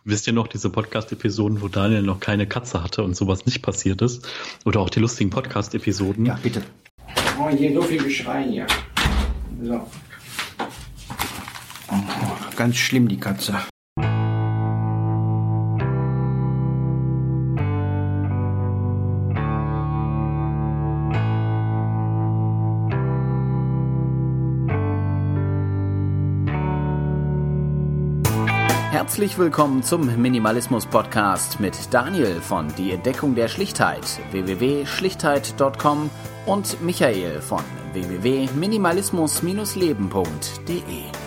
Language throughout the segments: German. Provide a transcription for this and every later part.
Wisst ihr noch diese Podcast-Episoden, wo Daniel noch keine Katze hatte und sowas nicht passiert ist? Oder auch die lustigen Podcast-Episoden? Ja, bitte. Oh, hier so viel Geschrei hier. So. Oh, ganz schlimm, die Katze. Herzlich willkommen zum Minimalismus-Podcast mit Daniel von Die Entdeckung der Schlichtheit www.schlichtheit.com und Michael von www.minimalismus-leben.de.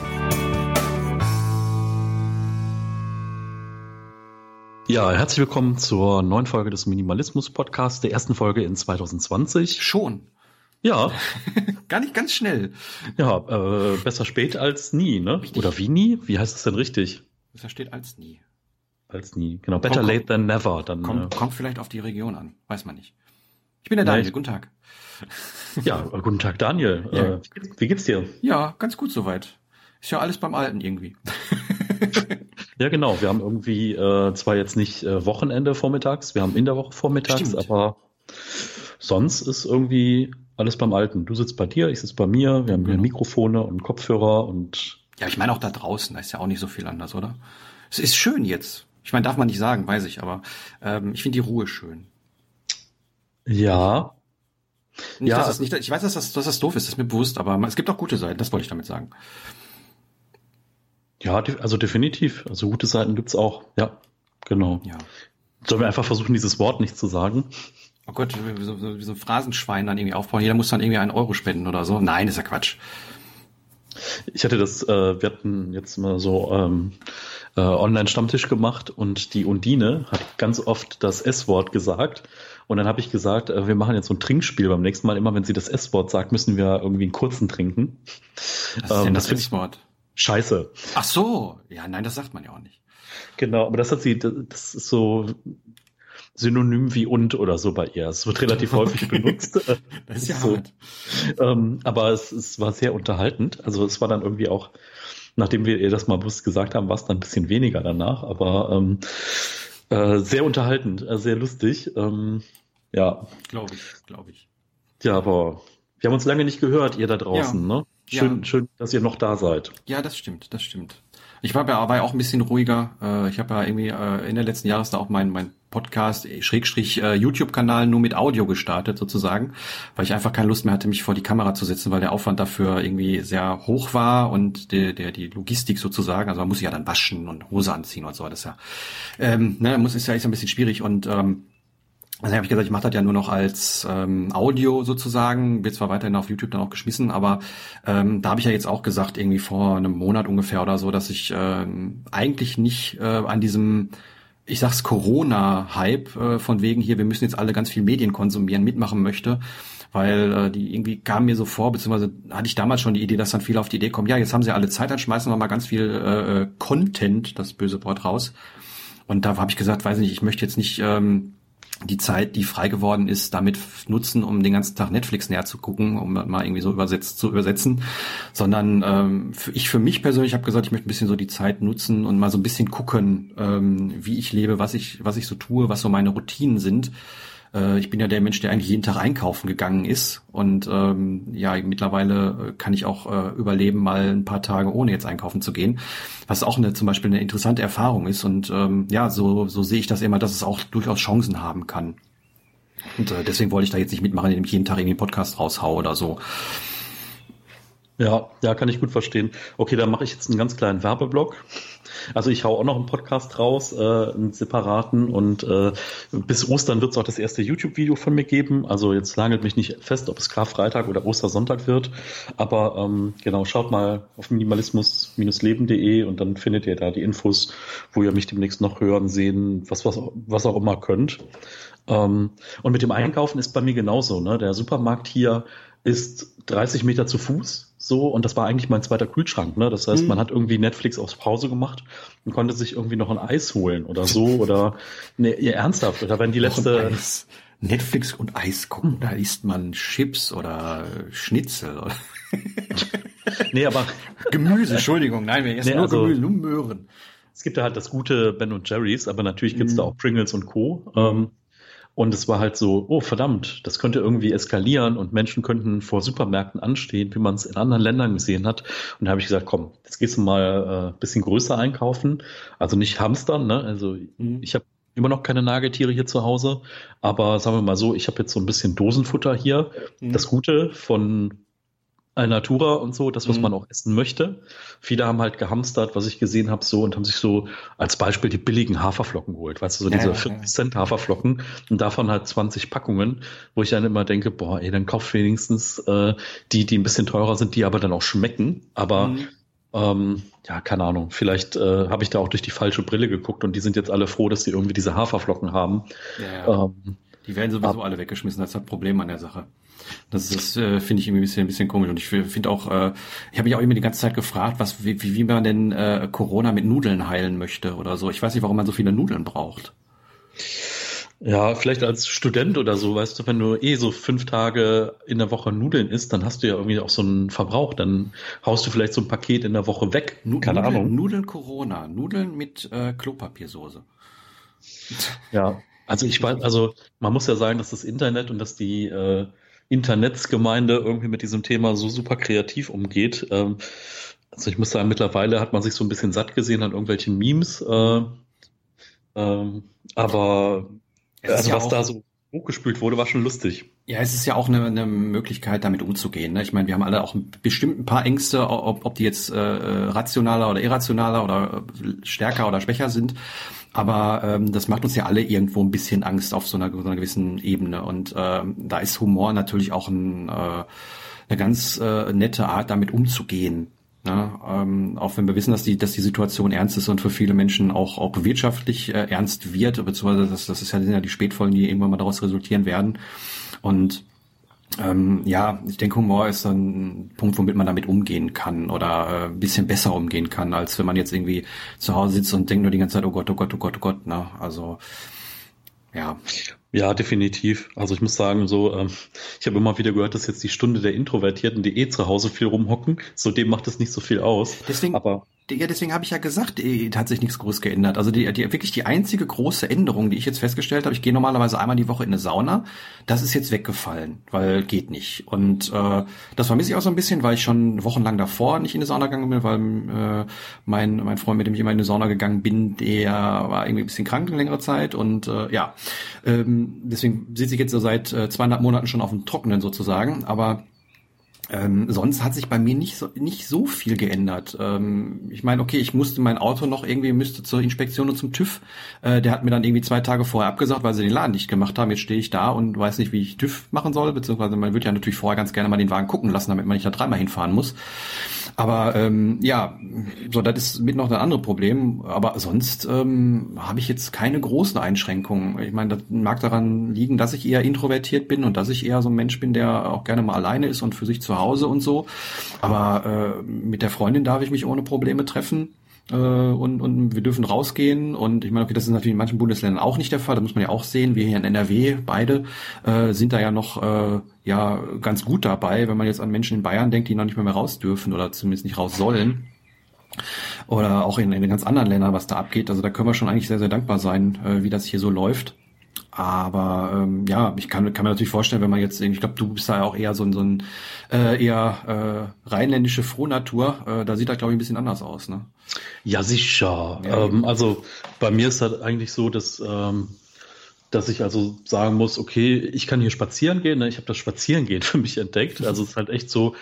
Ja, herzlich willkommen zur neuen Folge des Minimalismus-Podcasts, der ersten Folge in 2020. Schon. Ja. Gar nicht ganz schnell. Ja, besser spät als nie, ne? Richtig. Oder wie nie? Wie heißt es denn richtig? Das steht als nie. Als nie, genau. Better late than never. Dann, kommt vielleicht auf die Region an, weiß man nicht. Ich bin der Daniel, guten Tag. Ja, guten Tag Daniel. Ja. Wie geht's dir? Ja, ganz gut soweit. Ist ja alles beim Alten irgendwie. Ja, genau. Wir haben irgendwie zwar jetzt nicht Wochenende vormittags, wir haben in der Woche vormittags, Stimmt. aber sonst ist irgendwie alles beim Alten. Du sitzt bei dir, ich sitze bei mir, wir haben hier Mikrofone und Kopfhörer und... Ja, ich meine auch da draußen, da ist ja auch nicht so viel anders, oder? Es ist schön jetzt. Ich meine, darf man nicht sagen, weiß ich, aber ich finde die Ruhe schön. Ja. Nicht, Ja. dass das nicht, ich weiß, dass das doof ist, das ist mir bewusst, aber es gibt auch gute Seiten, das wollte ich damit sagen. Ja, also definitiv. Also gute Seiten gibt's auch. Ja, genau. Ja. Sollen wir einfach versuchen, dieses Wort nicht zu sagen? Oh Gott, wie so ein Phrasenschwein dann irgendwie aufbauen. Jeder muss dann irgendwie 1 Euro spenden oder so. Nein, ist ja Quatsch. Ich hatte wir hatten jetzt mal so Online-Stammtisch gemacht und die Undine hat ganz oft das S-Wort gesagt. Und dann habe ich gesagt, wir machen jetzt so ein Trinkspiel. Beim nächsten Mal, immer wenn sie das S-Wort sagt, müssen wir irgendwie einen kurzen trinken. Was ist denn das finde ich S-Wort? Scheiße. Ach so. Ja, nein, das sagt man ja auch nicht. Genau, aber das ist so synonym wie und oder so bei ihr. Es wird relativ häufig benutzt. Das ist ja so. hart. Aber es war sehr unterhaltend. Also es war dann irgendwie auch, nachdem wir ihr das mal bewusst gesagt haben, war es dann ein bisschen weniger danach. Aber sehr unterhaltend, sehr lustig. Ja. Glaube ich. Ja, aber wir haben uns lange nicht gehört, ihr da draußen, Ja. ne? Schön, dass ihr noch da seid. Ja, das stimmt. Ich war ja auch ein bisschen ruhiger. Ich habe ja irgendwie Ende letzten Jahres da auch mein Podcast YouTube-Kanal nur mit Audio gestartet sozusagen, weil ich einfach keine Lust mehr hatte, mich vor die Kamera zu setzen, weil der Aufwand dafür irgendwie sehr hoch war und die Logistik sozusagen, also man muss sich ja dann waschen und Hose anziehen und so, das ist ja ist ja ein bisschen schwierig und also habe ich gesagt, ich mache das ja nur noch als Audio sozusagen, wird zwar weiterhin auf YouTube dann auch geschmissen, aber da habe ich ja jetzt auch gesagt, irgendwie vor einem Monat ungefähr oder so, dass ich eigentlich nicht an diesem, ich sag's Corona-Hype von wegen hier, wir müssen jetzt alle ganz viel Medien konsumieren, mitmachen möchte, weil die irgendwie kam mir so vor, beziehungsweise hatte ich damals schon die Idee, dass dann viele auf die Idee kommen, ja, jetzt haben sie alle Zeit, dann schmeißen wir mal ganz viel Content, das böse Wort, raus. Und da habe ich gesagt, weiß nicht, ich möchte jetzt nicht die Zeit, die frei geworden ist, damit nutzen, um den ganzen Tag Netflix näher zu gucken, um das mal irgendwie so zu übersetzen, sondern für mich persönlich habe gesagt, ich möchte ein bisschen so die Zeit nutzen und mal so ein bisschen gucken, wie ich lebe, was ich so tue, was so meine Routinen sind. Ich bin ja der Mensch, der eigentlich jeden Tag einkaufen gegangen ist und mittlerweile kann ich auch überleben, mal ein paar Tage ohne jetzt einkaufen zu gehen, was auch zum Beispiel eine interessante Erfahrung ist und so sehe ich das immer, dass es auch durchaus Chancen haben kann und deswegen wollte ich da jetzt nicht mitmachen, indem ich jeden Tag irgendwie einen Podcast raushaue oder so. Ja, kann ich gut verstehen. Okay, dann mache ich jetzt einen ganz kleinen Werbeblock. Also ich hau auch noch einen Podcast raus, einen separaten und bis Ostern wird es auch das erste YouTube-Video von mir geben. Also jetzt nagelt mich nicht fest, ob es Karfreitag oder Ostersonntag wird. Aber genau, schaut mal auf minimalismus-leben.de und dann findet ihr da die Infos, wo ihr mich demnächst noch hören, sehen, was auch immer könnt. Und mit dem Einkaufen ist bei mir genauso, ne? Der Supermarkt hier ist 30 Meter zu Fuß, so, und das war eigentlich mein zweiter Kühlschrank, ne? Das heißt, man hat irgendwie Netflix auf Pause gemacht und konnte sich irgendwie noch ein Eis holen oder so, oder, ne, ihr ernsthaft, oder wenn die letzte... Netflix und Eis gucken, da isst man Chips oder Schnitzel oder... Nee, aber... Gemüse, Entschuldigung, nein, wir essen nur Gemüse, nur Möhren. es gibt ja halt das gute Ben und Jerry's, aber natürlich gibt's da auch Pringles und Co. Und es war halt so, oh verdammt, das könnte irgendwie eskalieren und Menschen könnten vor Supermärkten anstehen, wie man es in anderen Ländern gesehen hat. Und da habe ich gesagt, komm, jetzt gehst du mal bisschen größer einkaufen. Also nicht hamstern, ne? Also ich habe immer noch keine Nagetiere hier zu Hause, aber sagen wir mal so, ich habe jetzt so ein bisschen Dosenfutter hier. Das Gute von Alnatura und so, das, was man auch essen möchte. Viele haben halt gehamstert, was ich gesehen habe, so und haben sich so als Beispiel die billigen Haferflocken geholt, weißt du, so diese 40 Cent Haferflocken und davon halt 20 Packungen, wo ich dann immer denke, boah, ey, dann kauf wenigstens die ein bisschen teurer sind, die aber dann auch schmecken, aber ja, keine Ahnung, vielleicht habe ich da auch durch die falsche Brille geguckt und die sind jetzt alle froh, dass sie irgendwie diese Haferflocken haben. Die werden sowieso alle weggeschmissen, das ist das Problem an der Sache. Das finde ich irgendwie ein bisschen komisch und ich finde auch, ich habe mich auch immer die ganze Zeit gefragt, wie man denn Corona mit Nudeln heilen möchte oder so. Ich weiß nicht, warum man so viele Nudeln braucht. Ja, vielleicht als Student oder so, weißt du, wenn du so 5 Tage in der Woche Nudeln isst, dann hast du ja irgendwie auch so einen Verbrauch, dann haust du vielleicht so ein Paket in der Woche weg. Keine Ahnung. Nudeln Corona, Nudeln mit Klopapiersoße. Ja, also ich weiß, also man muss ja sagen, dass das Internet und dass die Internetsgemeinde irgendwie mit diesem Thema so super kreativ umgeht. Also ich muss sagen, mittlerweile hat man sich so ein bisschen satt gesehen an irgendwelchen Memes, aber also was da so hochgespült wurde, war schon lustig. Ja, es ist ja auch eine Möglichkeit, damit umzugehen. Ne? Ich meine, wir haben alle auch bestimmt ein paar Ängste, ob die jetzt rationaler oder irrationaler oder stärker oder schwächer sind. Aber das macht uns ja alle irgendwo ein bisschen Angst auf so einer gewissen Ebene. Und da ist Humor natürlich auch eine ganz nette Art, damit umzugehen. Ja, auch wenn wir wissen, dass die Situation ernst ist und für viele Menschen auch wirtschaftlich ernst wird, beziehungsweise das sind ja die Spätfolgen, die irgendwann mal daraus resultieren werden. Und ich denke, Humor ist ein Punkt, womit man damit umgehen kann oder ein bisschen besser umgehen kann, als wenn man jetzt irgendwie zu Hause sitzt und denkt nur die ganze Zeit, oh Gott, oh Gott, oh Gott, oh Gott. Ne? Also ja. Ja, definitiv. Also ich muss sagen, so, ich habe immer wieder gehört, dass jetzt die Stunde der Introvertierten, die zu Hause viel rumhocken, so dem macht es nicht so viel aus. Deswegen habe ich ja gesagt, hat sich nichts groß geändert. Also wirklich die einzige große Änderung, die ich jetzt festgestellt habe, ich gehe normalerweise einmal die Woche in eine Sauna, das ist jetzt weggefallen, weil geht nicht. Und das vermisse ich auch so ein bisschen, weil ich schon wochenlang davor nicht in eine Sauna gegangen bin, weil mein Freund, mit dem ich immer in eine Sauna gegangen bin, der war irgendwie ein bisschen krank eine längere Zeit und deswegen sitze ich jetzt so seit 2,5 Monaten schon auf dem Trockenen sozusagen, aber sonst hat sich bei mir nicht so viel geändert. Ich meine, okay, ich musste mein Auto müsste zur Inspektion und zum TÜV. Der hat mir dann irgendwie 2 Tage vorher abgesagt, weil sie den Laden nicht gemacht haben. Jetzt stehe ich da und weiß nicht, wie ich TÜV machen soll, beziehungsweise man würde ja natürlich vorher ganz gerne mal den Wagen gucken lassen, damit man nicht da 3-mal hinfahren muss. Aber das ist mit noch ein anderes Problem. Aber sonst habe ich jetzt keine großen Einschränkungen. Ich meine, das mag daran liegen, dass ich eher introvertiert bin und dass ich eher so ein Mensch bin, der auch gerne mal alleine ist und für sich zu Hause und so. Aber mit der Freundin darf ich mich ohne Probleme treffen. Und wir dürfen rausgehen und ich meine, okay, das ist natürlich in manchen Bundesländern auch nicht der Fall, da muss man ja auch sehen, wir hier in NRW beide sind da ja noch ganz gut dabei, wenn man jetzt an Menschen in Bayern denkt, die noch nicht mehr raus dürfen oder zumindest nicht raus sollen oder auch in den ganz anderen Ländern, was da abgeht, also da können wir schon eigentlich sehr, sehr dankbar sein, wie das hier so läuft. Aber ich kann mir natürlich vorstellen, wenn man jetzt, ich glaube, du bist da ja auch eher so ein rheinländische Frohnatur, da sieht das, glaube ich, ein bisschen anders aus, ne? Ja, sicher. Ja. Also bei mir ist das eigentlich so, dass ich also sagen muss, okay, ich kann hier spazieren gehen, ne? Ich habe das Spazierengehen für mich entdeckt. Also es ist halt echt so,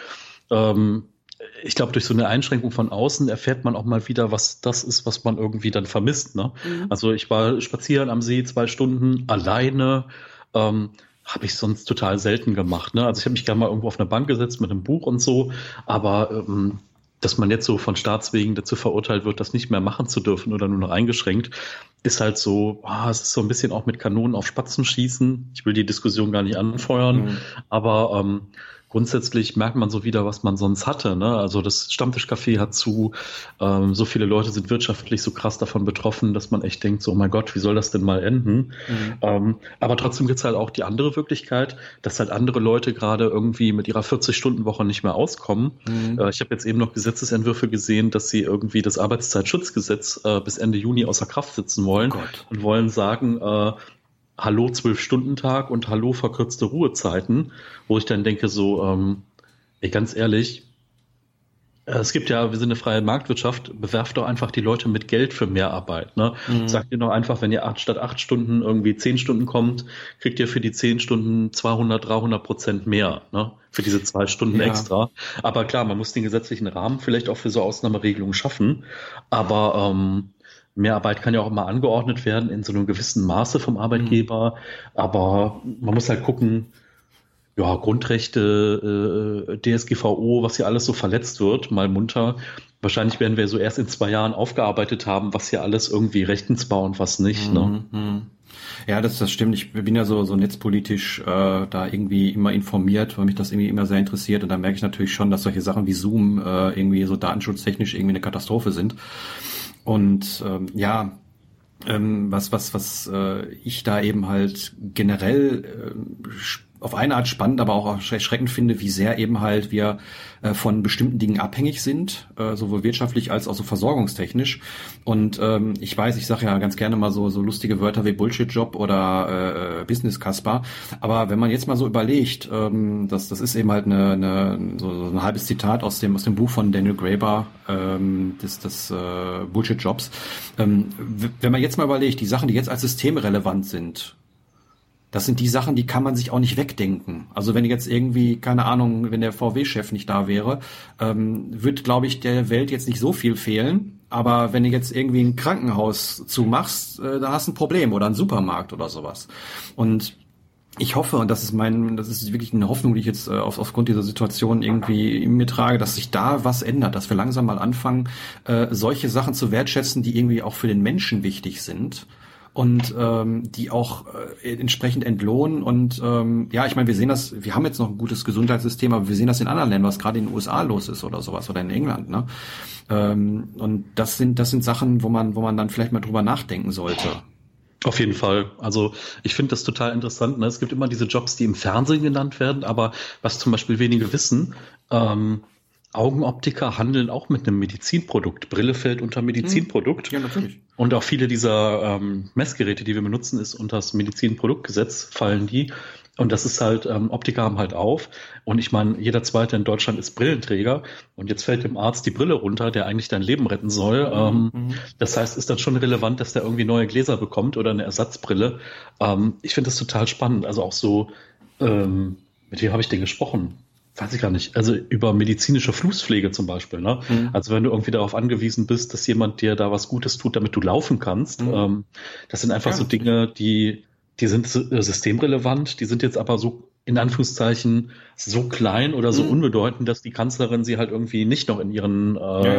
ich glaube, durch so eine Einschränkung von außen erfährt man auch mal wieder, was das ist, was man irgendwie dann vermisst. Ne? Also ich war spazieren am See 2 Stunden alleine, habe ich sonst total selten gemacht. Ne? Also ich habe mich gerne mal irgendwo auf eine Bank gesetzt mit einem Buch und so, aber dass man jetzt so von Staatswegen dazu verurteilt wird, das nicht mehr machen zu dürfen oder nur noch eingeschränkt, ist halt so, es ist so ein bisschen auch mit Kanonen auf Spatzen schießen. Ich will die Diskussion gar nicht anfeuern, aber grundsätzlich merkt man so wieder, was man sonst hatte, ne? Also das Stammtischcafé hat zu, so viele Leute sind wirtschaftlich so krass davon betroffen, dass man echt denkt, so, oh mein Gott, wie soll das denn mal enden? Aber trotzdem gibt's halt auch die andere Wirklichkeit, dass halt andere Leute gerade irgendwie mit ihrer 40-Stunden-Woche nicht mehr auskommen. Ich habe jetzt eben noch Gesetzesentwürfe gesehen, dass sie irgendwie das Arbeitszeitschutzgesetz bis Ende Juni außer Kraft setzen wollen und wollen sagen, Hallo 12-Stunden-Tag und Hallo verkürzte Ruhezeiten, wo ich dann denke so, ganz ehrlich, es gibt ja, wir sind eine freie Marktwirtschaft, bewerft doch einfach die Leute mit Geld für mehr Arbeit. Ne? Sagt ihr doch einfach, wenn ihr statt 8 Stunden irgendwie 10 Stunden kommt, kriegt ihr für die 10 Stunden 200-300% mehr, ne? Für diese 2 Stunden extra. Aber klar, man muss den gesetzlichen Rahmen vielleicht auch für so Ausnahmeregelungen schaffen, aber Mehrarbeit kann ja auch immer angeordnet werden in so einem gewissen Maße vom Arbeitgeber, aber man muss halt gucken, ja, Grundrechte, DSGVO, was hier alles so verletzt wird, mal munter. Wahrscheinlich werden wir so erst in 2 Jahren aufgearbeitet haben, was hier alles irgendwie rechtensbar und was nicht. Ne? Ja, das stimmt. Ich bin ja so netzpolitisch da irgendwie immer informiert, weil mich das irgendwie immer sehr interessiert. Und da merke ich natürlich schon, dass solche Sachen wie Zoom irgendwie so datenschutztechnisch irgendwie eine Katastrophe sind. Und was ich da eben halt generell auf eine Art spannend, aber auch erschreckend finde, wie sehr eben halt wir von bestimmten Dingen abhängig sind, sowohl wirtschaftlich als auch so versorgungstechnisch. Und ich weiß, ich sage ja ganz gerne mal so lustige Wörter wie Bullshit-Job oder Business-Kasper. Aber wenn man jetzt mal so überlegt, das ist eben halt so ein halbes Zitat aus dem Buch von Daniel Graeber, des Bullshit-Jobs. Wenn man jetzt mal überlegt, die Sachen, die jetzt als systemrelevant sind, das sind die Sachen, die kann man sich auch nicht wegdenken. Also wenn jetzt irgendwie, keine Ahnung, wenn der VW-Chef nicht da wäre, wird, glaube ich, der Welt jetzt nicht so viel fehlen. Aber wenn du jetzt irgendwie ein Krankenhaus zumachst, da hast du ein Problem oder einen Supermarkt oder sowas. Und ich hoffe, und das ist wirklich eine Hoffnung, die ich jetzt aufgrund dieser Situation irgendwie in mir trage, dass sich da was ändert, dass wir langsam mal anfangen, solche Sachen zu wertschätzen, die irgendwie auch für den Menschen wichtig sind. Und die auch entsprechend entlohnen. Und ich meine, wir sehen das, wir haben jetzt noch ein gutes Gesundheitssystem, aber wir sehen das in anderen Ländern, was gerade in den USA los ist oder sowas oder in England, ne? Und das sind Sachen, wo man dann vielleicht mal drüber nachdenken sollte. Auf jeden Fall. Also ich finde das total interessant. Ne? Es gibt immer diese Jobs, die im Fernsehen genannt werden, aber was zum Beispiel wenige wissen, Augenoptiker handeln auch mit einem Medizinprodukt. Brille fällt unter Medizinprodukt. Ja, natürlich. Und auch viele dieser Messgeräte, die wir benutzen, ist unter das Medizinproduktgesetz fallen die. Und das ist halt, Optiker haben halt auf. Und ich meine, jeder Zweite in Deutschland ist Brillenträger. Und jetzt fällt dem Arzt die Brille runter, der eigentlich dein Leben retten soll. Das heißt, ist dann schon relevant, dass der irgendwie neue Gläser bekommt oder eine Ersatzbrille. Ich finde das total spannend. Also auch so, mit wem habe ich denn gesprochen? Weiß ich gar nicht. Also über medizinische Fußpflege zum Beispiel. Ne? Also wenn du irgendwie darauf angewiesen bist, dass jemand dir da was Gutes tut, damit du laufen kannst. Das sind einfach so Dinge, die sind systemrelevant. Die sind jetzt aber so in Anführungszeichen so klein oder so unbedeutend, dass die Kanzlerin sie halt irgendwie nicht noch in ihren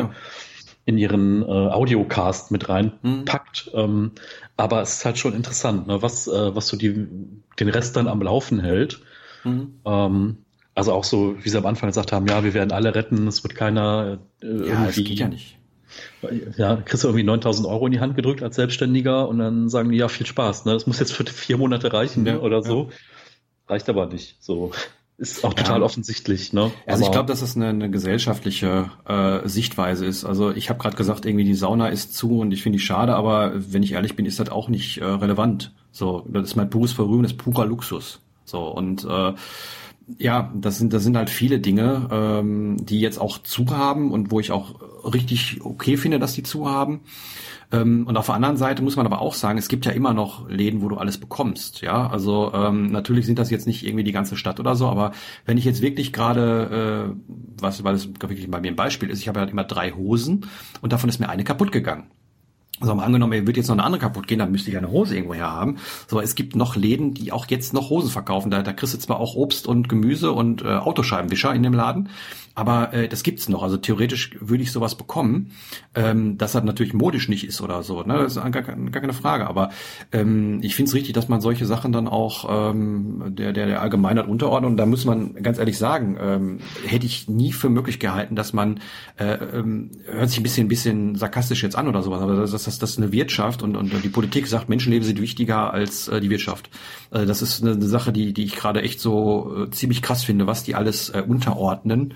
Audiocast mit reinpackt. Aber es ist halt schon interessant, ne? was so den Rest dann am Laufen hält. Also auch so, wie sie am Anfang gesagt haben, ja, wir werden alle retten, es wird keiner irgendwie... Ja, das geht ja nicht. Ja, kriegst du irgendwie 9.000 Euro in die Hand gedrückt als Selbstständiger und dann sagen die, ja, viel Spaß, ne? Das muss jetzt für 4 Monate reichen, ne? Oder so. Reicht aber nicht, so. Ist auch total offensichtlich, ne? Also ich glaube, dass das eine gesellschaftliche Sichtweise ist. Also ich habe gerade gesagt, irgendwie die Sauna ist zu und ich finde die schade, aber wenn ich ehrlich bin, ist das auch nicht relevant. So, das ist mein pures Vergnügen, das ist purer Luxus. So, und das sind halt viele Dinge, die jetzt auch zu haben und wo ich auch richtig okay finde, dass die zu haben. Und auf der anderen Seite muss man aber auch sagen, es gibt ja immer noch Läden, wo du alles bekommst. Ja, also natürlich sind das jetzt nicht irgendwie die ganze Stadt oder so, aber wenn ich jetzt wirklich gerade, weil es wirklich bei mir ein Beispiel ist, ich habe halt immer 3 Hosen und davon ist mir eine kaputt gegangen. Also mal angenommen, wird jetzt noch eine andere kaputt gehen, dann müsste ich eine Hose irgendwo her haben. So, es gibt noch Läden, die auch jetzt noch Hosen verkaufen. Da kriegst du zwar auch Obst und Gemüse und Autoscheibenwischer in dem Laden, aber das gibt's noch. Also theoretisch würde ich sowas bekommen, dass das natürlich modisch nicht ist oder so. Ne? Das ist gar keine Frage. Aber ich finde es richtig, dass man solche Sachen dann auch der Allgemeinheit unterordnet. Und da muss man ganz ehrlich sagen, hätte ich nie für möglich gehalten, dass man hört sich ein bisschen sarkastisch jetzt an oder sowas, aber das ist eine Wirtschaft und die Politik sagt, Menschenleben sind wichtiger als die Wirtschaft. Das ist eine Sache, die ich gerade echt so ziemlich krass finde, was die alles unterordnen.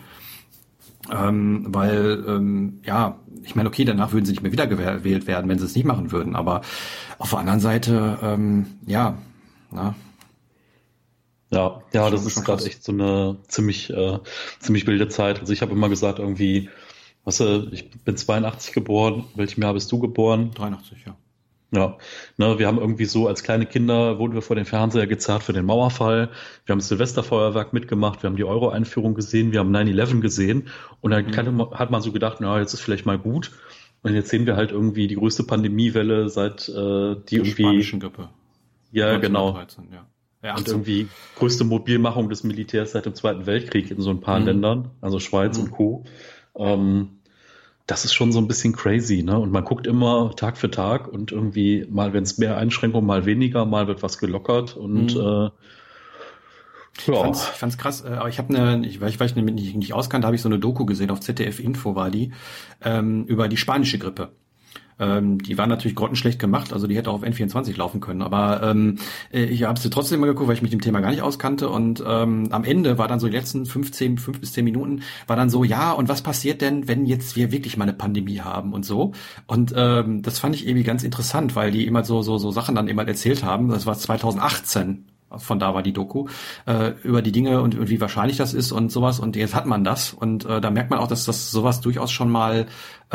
Weil, ich meine, okay, danach würden sie nicht mehr wiedergewählt werden, wenn sie es nicht machen würden, aber auf der anderen Seite, Ja, das ist gerade echt so eine ziemlich wilde Zeit. Also ich habe immer gesagt, irgendwie, weißt du, ich bin 82 geboren, welchem Jahr bist du geboren? 83, ja. Ja, ne, wir haben irgendwie so, als kleine Kinder wurden wir vor den Fernseher gezerrt für den Mauerfall. Wir haben das Silvesterfeuerwerk mitgemacht, wir haben die Euro-Einführung gesehen, wir haben 9/11 gesehen. Und dann hat man so gedacht, na, jetzt ist vielleicht mal gut. Und jetzt sehen wir halt irgendwie die größte Pandemiewelle seit die irgendwie... Spanischen Grippe. Ja, 1913, genau. Ja, und irgendwie größte Mobilmachung des Militärs seit dem Zweiten Weltkrieg in so ein paar Ländern, also Schweiz und Co. Das ist schon so ein bisschen crazy, ne? Und man guckt immer Tag für Tag und irgendwie mal, wenn es mehr Einschränkungen, mal weniger, mal wird was gelockert und Ich fand's krass, aber ich weil ich damit nicht auskannte, habe ich so eine Doku gesehen, auf ZDF Info war die, über die spanische Grippe. Die war natürlich grottenschlecht gemacht, also die hätte auch auf N24 laufen können, aber ich habe sie trotzdem mal geguckt, weil ich mich mit dem Thema gar nicht auskannte und am Ende war dann so die letzten 5 bis 10 Minuten war dann so, ja, und was passiert denn, wenn jetzt wir wirklich mal eine Pandemie haben und so, und das fand ich irgendwie ganz interessant, weil die immer so Sachen dann immer erzählt haben, das war 2018, von da war die Doku, über die Dinge und wie wahrscheinlich das ist und sowas, und jetzt hat man das und da merkt man auch, dass das sowas durchaus schon mal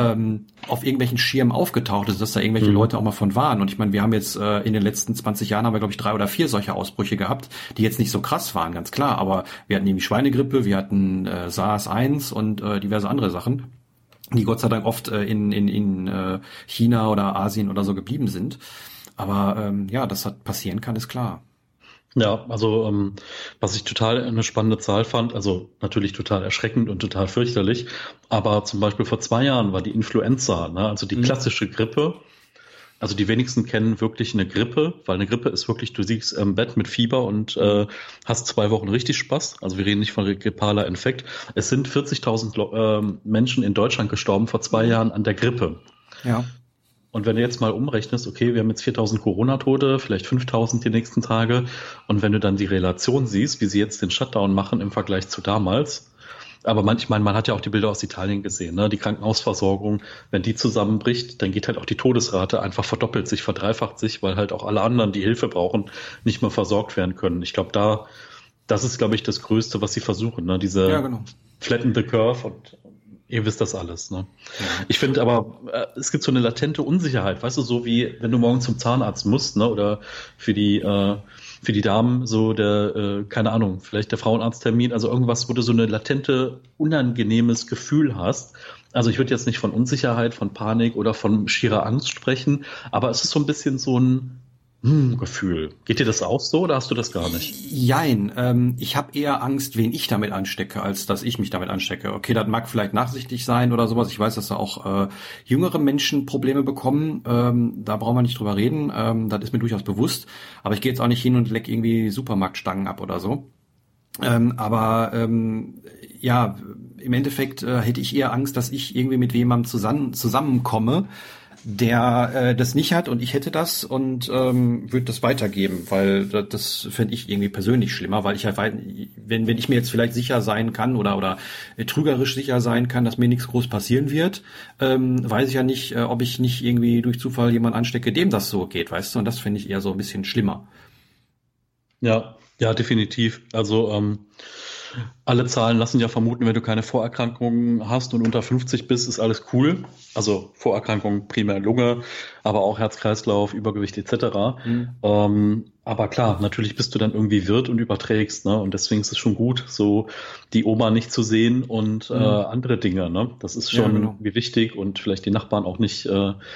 auf irgendwelchen Schirmen aufgetaucht ist, dass da irgendwelche Leute auch mal von waren. Und ich meine, wir haben jetzt in den letzten 20 Jahren haben wir, glaube ich, 3 oder 4 solche Ausbrüche gehabt, die jetzt nicht so krass waren, ganz klar, aber wir hatten irgendwie Schweinegrippe, wir hatten SARS-1 und diverse andere Sachen, die Gott sei Dank oft in China oder Asien oder so geblieben sind. Aber dass das passieren kann, ist klar. Ja, also was ich total eine spannende Zahl fand, also natürlich total erschreckend und total fürchterlich, aber zum Beispiel vor 2 Jahren war die Influenza, ne, also die klassische Grippe. Also die wenigsten kennen wirklich eine Grippe, weil eine Grippe ist wirklich, du liegst im Bett mit Fieber und hast 2 Wochen richtig Spaß. Also wir reden nicht von grippaler Infekt. Es sind 40.000 Menschen in Deutschland gestorben vor 2 Jahren an der Grippe. Ja. Und wenn du jetzt mal umrechnest, okay, wir haben jetzt 4.000 Corona-Tote, vielleicht 5.000 die nächsten Tage. Und wenn du dann die Relation siehst, wie sie jetzt den Shutdown machen im Vergleich zu damals. Aber man hat ja auch die Bilder aus Italien gesehen, ne? Die Krankenhausversorgung, wenn die zusammenbricht, dann geht halt auch die Todesrate einfach verdoppelt sich, verdreifacht sich, weil halt auch alle anderen, die Hilfe brauchen, nicht mehr versorgt werden können. Ich glaube, das ist, glaube ich, das Größte, was sie versuchen, ne? Flatten the Curve und ihr wisst das alles, ne? Ja. Ich finde aber, es gibt so eine latente Unsicherheit, weißt du, so wie wenn du morgen zum Zahnarzt musst, ne? Oder für die Damen so keine Ahnung, vielleicht der Frauenarzttermin, also irgendwas, wo du so eine latente, unangenehmes Gefühl hast. Also ich würde jetzt nicht von Unsicherheit, von Panik oder von schierer Angst sprechen, aber es ist so ein bisschen so ein Gefühl. Geht dir das auch so oder hast du das gar nicht? Jein, ich habe eher Angst, wen ich damit anstecke, als dass ich mich damit anstecke. Okay, das mag vielleicht nachsichtig sein oder sowas. Ich weiß, dass da auch jüngere Menschen Probleme bekommen. Da brauchen wir nicht drüber reden. Das ist mir durchaus bewusst. Aber ich gehe jetzt auch nicht hin und leck irgendwie Supermarktstangen ab oder so. Im Endeffekt hätte ich eher Angst, dass ich irgendwie mit jemandem zusammenkomme, der das nicht hat und ich hätte das und würde das weitergeben, weil das fände ich irgendwie persönlich schlimmer, weil ich halt, wenn ich mir jetzt vielleicht sicher sein kann oder trügerisch sicher sein kann, dass mir nichts groß passieren wird, weiß ich ja nicht, ob ich nicht irgendwie durch Zufall jemanden anstecke, dem das so geht, weißt du, und das finde ich eher so ein bisschen schlimmer. Ja, definitiv. Also alle Zahlen lassen ja vermuten, wenn du keine Vorerkrankungen hast und unter 50 bist, ist alles cool. Also Vorerkrankungen primär Lunge, aber auch Herz-Kreislauf, Übergewicht etc. Aber klar, natürlich bist du dann irgendwie Wirt und überträgst, ne? Und deswegen ist es schon gut, so die Oma nicht zu sehen und andere Dinge, ne? Das ist schon wichtig und vielleicht die Nachbarn auch nicht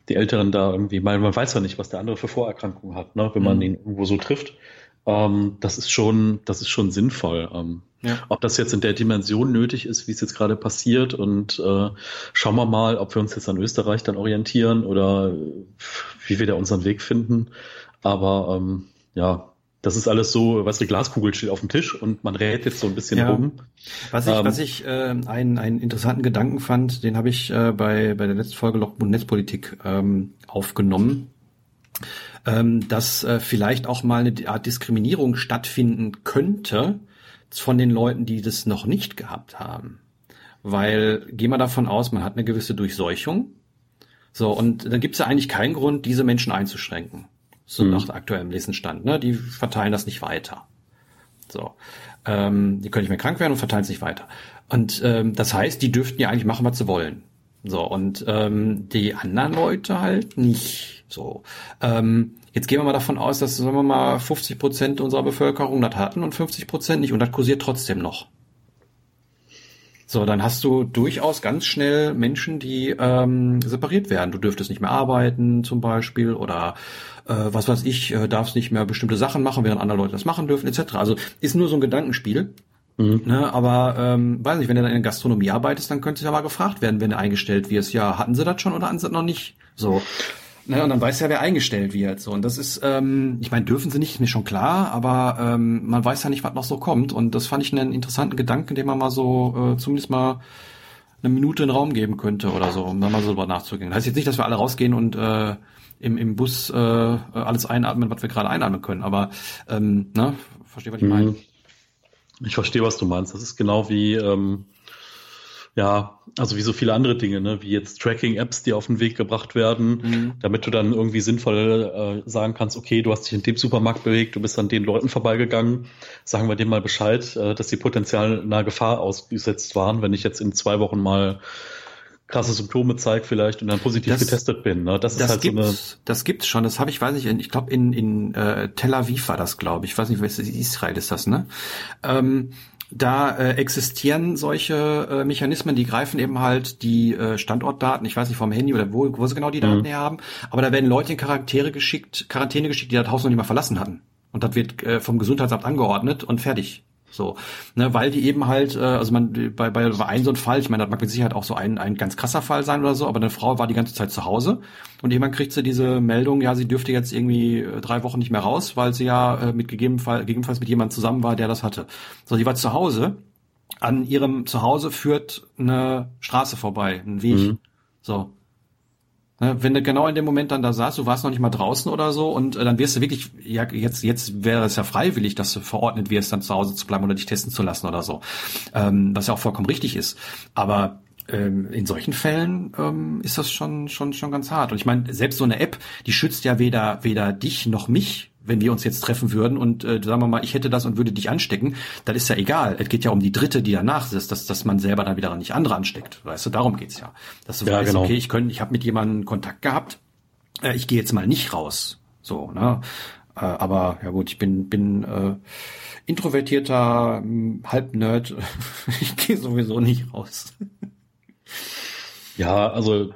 die Älteren da irgendwie, weil man weiß ja nicht, was der andere für Vorerkrankungen hat, ne, wenn man ihn irgendwo so trifft. Das ist schon sinnvoll. Ob das jetzt in der Dimension nötig ist, wie es jetzt gerade passiert, und schauen wir mal, ob wir uns jetzt an Österreich dann orientieren oder wie wir da unseren Weg finden. Aber das ist alles so, was die Glaskugel steht auf dem Tisch und man rät jetzt so ein bisschen rum. Was ich einen interessanten Gedanken fand, den habe ich bei der letzten Folge Lochbund Netzpolitik aufgenommen, dass vielleicht auch mal eine Art Diskriminierung stattfinden könnte von den Leuten, die das noch nicht gehabt haben. Weil, gehen wir davon aus, man hat eine gewisse Durchseuchung. So, und dann gibt es ja eigentlich keinen Grund, diese Menschen einzuschränken. So nach aktuellem Wissensstand, ne? Die verteilen das nicht weiter. So. Die können nicht mehr krank werden und verteilen es nicht weiter. Und das heißt, die dürften ja eigentlich machen, was sie wollen. So, und die anderen Leute halt nicht. So. Jetzt gehen wir mal davon aus, dass, sagen wir mal, 50% unserer Bevölkerung das hatten und 50% nicht, und das kursiert trotzdem noch. So, dann hast du durchaus ganz schnell Menschen, die separiert werden. Du dürftest nicht mehr arbeiten zum Beispiel, oder was weiß ich, darfst nicht mehr bestimmte Sachen machen, während andere Leute das machen dürfen, etc. Also ist nur so ein Gedankenspiel. Ne, aber weiß nicht, wenn du dann in der Gastronomie arbeitest, dann könntest du ja mal gefragt werden, wenn du eingestellt wirst. Ja, hatten sie das schon oder hatten sie das noch nicht? So. Ne, und dann weiß ja, wer eingestellt wird. So, und das ist, ich meine, dürfen sie nicht, ist mir schon klar, aber man weiß ja nicht, was noch so kommt. Und das fand ich einen interessanten Gedanken, den man mal so zumindest mal eine Minute in den Raum geben könnte oder so, um da mal so drüber nachzugehen. Das heißt jetzt nicht, dass wir alle rausgehen und im Bus alles einatmen, was wir gerade einatmen können, aber verstehe, was ich meine. Ich verstehe, was du meinst. Das ist genau wie also wie so viele andere Dinge, ne? Wie jetzt Tracking-Apps, die auf den Weg gebracht werden, damit du dann irgendwie sinnvoll sagen kannst, okay, du hast dich in dem Supermarkt bewegt, du bist an den Leuten vorbeigegangen, sagen wir denen mal Bescheid, dass die potenziell einer Gefahr ausgesetzt waren, wenn ich jetzt in 2 Wochen mal krasse Symptome zeige vielleicht und dann positiv getestet bin. Ne? Das ist halt das gibt's schon, das habe ich, weiß ich glaube in Tel Aviv war das, glaube ich, weiß nicht, Israel ist das, ne? Da existieren solche Mechanismen, die greifen eben halt die Standortdaten, ich weiß nicht, vom Handy oder wo sie genau die Daten her haben, aber da werden Leute in Quarantäne geschickt, die das Haus noch nicht mal verlassen hatten. Und das wird vom Gesundheitsamt angeordnet und fertig. So, ne, weil die eben halt, also man bei einem so ein Fall, ich meine, das mag mit Sicherheit auch so ein ganz krasser Fall sein oder so, aber eine Frau war die ganze Zeit zu Hause und irgendwann kriegt sie diese Meldung, ja, sie dürfte jetzt irgendwie 3 Wochen nicht mehr raus, weil sie ja gegebenenfalls mit jemandem zusammen war, der das hatte. So, die war zu Hause, an ihrem Zuhause führt eine Straße vorbei, ein Weg. So. Wenn du genau in dem Moment dann da saßt, du warst noch nicht mal draußen oder so, und dann wirst du wirklich, ja, jetzt wäre es ja freiwillig, dass du verordnet wirst, dann zu Hause zu bleiben oder dich testen zu lassen oder so, was ja auch vollkommen richtig ist. Aber in solchen Fällen ist das schon ganz hart. Und ich meine, selbst so eine App, die schützt ja weder dich noch mich, wenn wir uns jetzt treffen würden und sagen wir mal, ich hätte das und würde dich anstecken, dann ist ja egal. Es geht ja um die Dritte, die danach ist, dass man selber dann wieder nicht andere ansteckt. Weißt du, darum geht's ja. Dass du weißt, genau. Okay, ich habe mit jemandem Kontakt gehabt, ich gehe jetzt mal nicht raus. So, ne? Aber ja gut, ich bin introvertierter Halbnerd. Ich gehe sowieso nicht raus. Ja, also